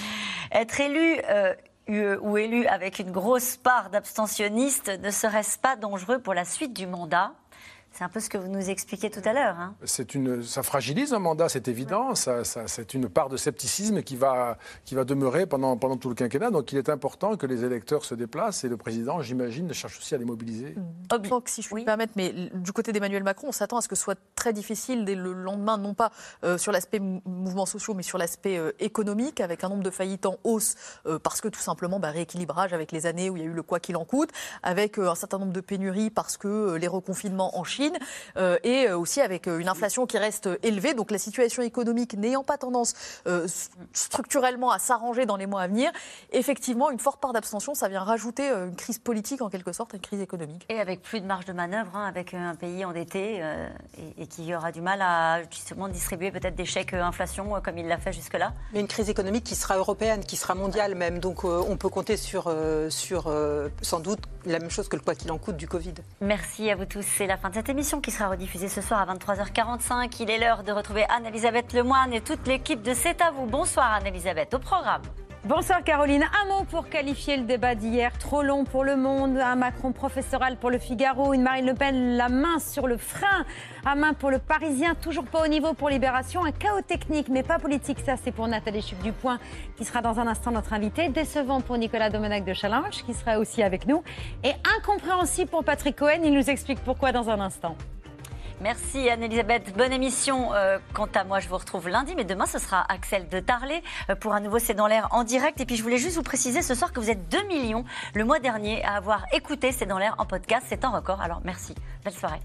Être élu... Euh... ou élu avec une grosse part d'abstentionnistes, ne serait-ce pas dangereux pour la suite du mandat ? C'est un peu ce que vous nous expliquiez tout à l'heure. Hein. C'est une, ça fragilise un mandat, c'est évident. Ouais. Ça, ça, c'est une part de scepticisme qui va, qui va demeurer pendant, pendant tout le quinquennat. Donc il est important que les électeurs se déplacent et le président, j'imagine, cherche aussi à les mobiliser. Mmh. Donc, si je puis me permettre, mais du côté d'Emmanuel Macron, on s'attend à ce que ce soit très difficile dès le lendemain, non pas euh, sur l'aspect mou- mouvements sociaux, mais sur l'aspect euh, économique, avec un nombre de faillites en hausse, euh, parce que tout simplement, bah, rééquilibrage avec les années où il y a eu le quoi qu'il en coûte, avec euh, un certain nombre de pénuries parce que euh, les reconfinements en Chine. Euh, et aussi avec une inflation qui reste élevée. Donc la situation économique n'ayant pas tendance euh, structurellement à s'arranger dans les mois à venir, effectivement, une forte part d'abstention, ça vient rajouter une crise politique en quelque sorte, une crise économique. Et avec plus de marge de manœuvre, hein, avec un pays endetté euh, et, et qui aura du mal à justement distribuer peut-être des chèques inflation euh, comme il l'a fait jusque-là. Mais une crise économique qui sera européenne, qui sera mondiale même. Donc euh, on peut compter sur, euh, sur euh, sans doute la même chose que le quoi qu'il en coûte du Covid. Merci à vous tous. C'est la fin de cette émission qui sera rediffusée ce soir à vingt-trois heures quarante-cinq. Il est l'heure de retrouver Anne-Elisabeth Lemoine et toute l'équipe de C'est à vous. Bonsoir Anne-Elisabeth. Au programme. Bonsoir Caroline. Un mot pour qualifier le débat d'hier. Trop long pour Le Monde, un Macron professoral pour Le Figaro, une Marine Le Pen la main sur le frein à main pour Le Parisien, toujours pas au niveau pour Libération. Un chaos technique mais pas politique, ça c'est pour Nathalie Chuc-Dupoint qui sera dans un instant notre invitée. Décevant pour Nicolas Domenech de Challenge qui sera aussi avec nous. Et incompréhensible pour Patrick Cohen, il nous explique pourquoi dans un instant. Merci Anne-Elisabeth, bonne émission. Euh, quant à moi, je vous retrouve lundi, mais demain ce sera Axel de Tarlet euh, pour un nouveau C'est dans l'air en direct. Et puis je voulais juste vous préciser ce soir que vous êtes deux millions le mois dernier à avoir écouté C'est dans l'air en podcast. C'est un record, alors merci. Belle soirée.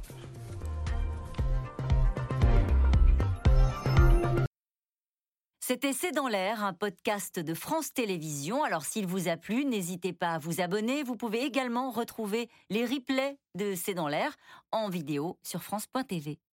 C'était C'est dans l'air, un podcast de France Télévisions. Alors s'il vous a plu, n'hésitez pas à vous abonner. Vous pouvez également retrouver les replays de C'est dans l'air en vidéo sur France point T V.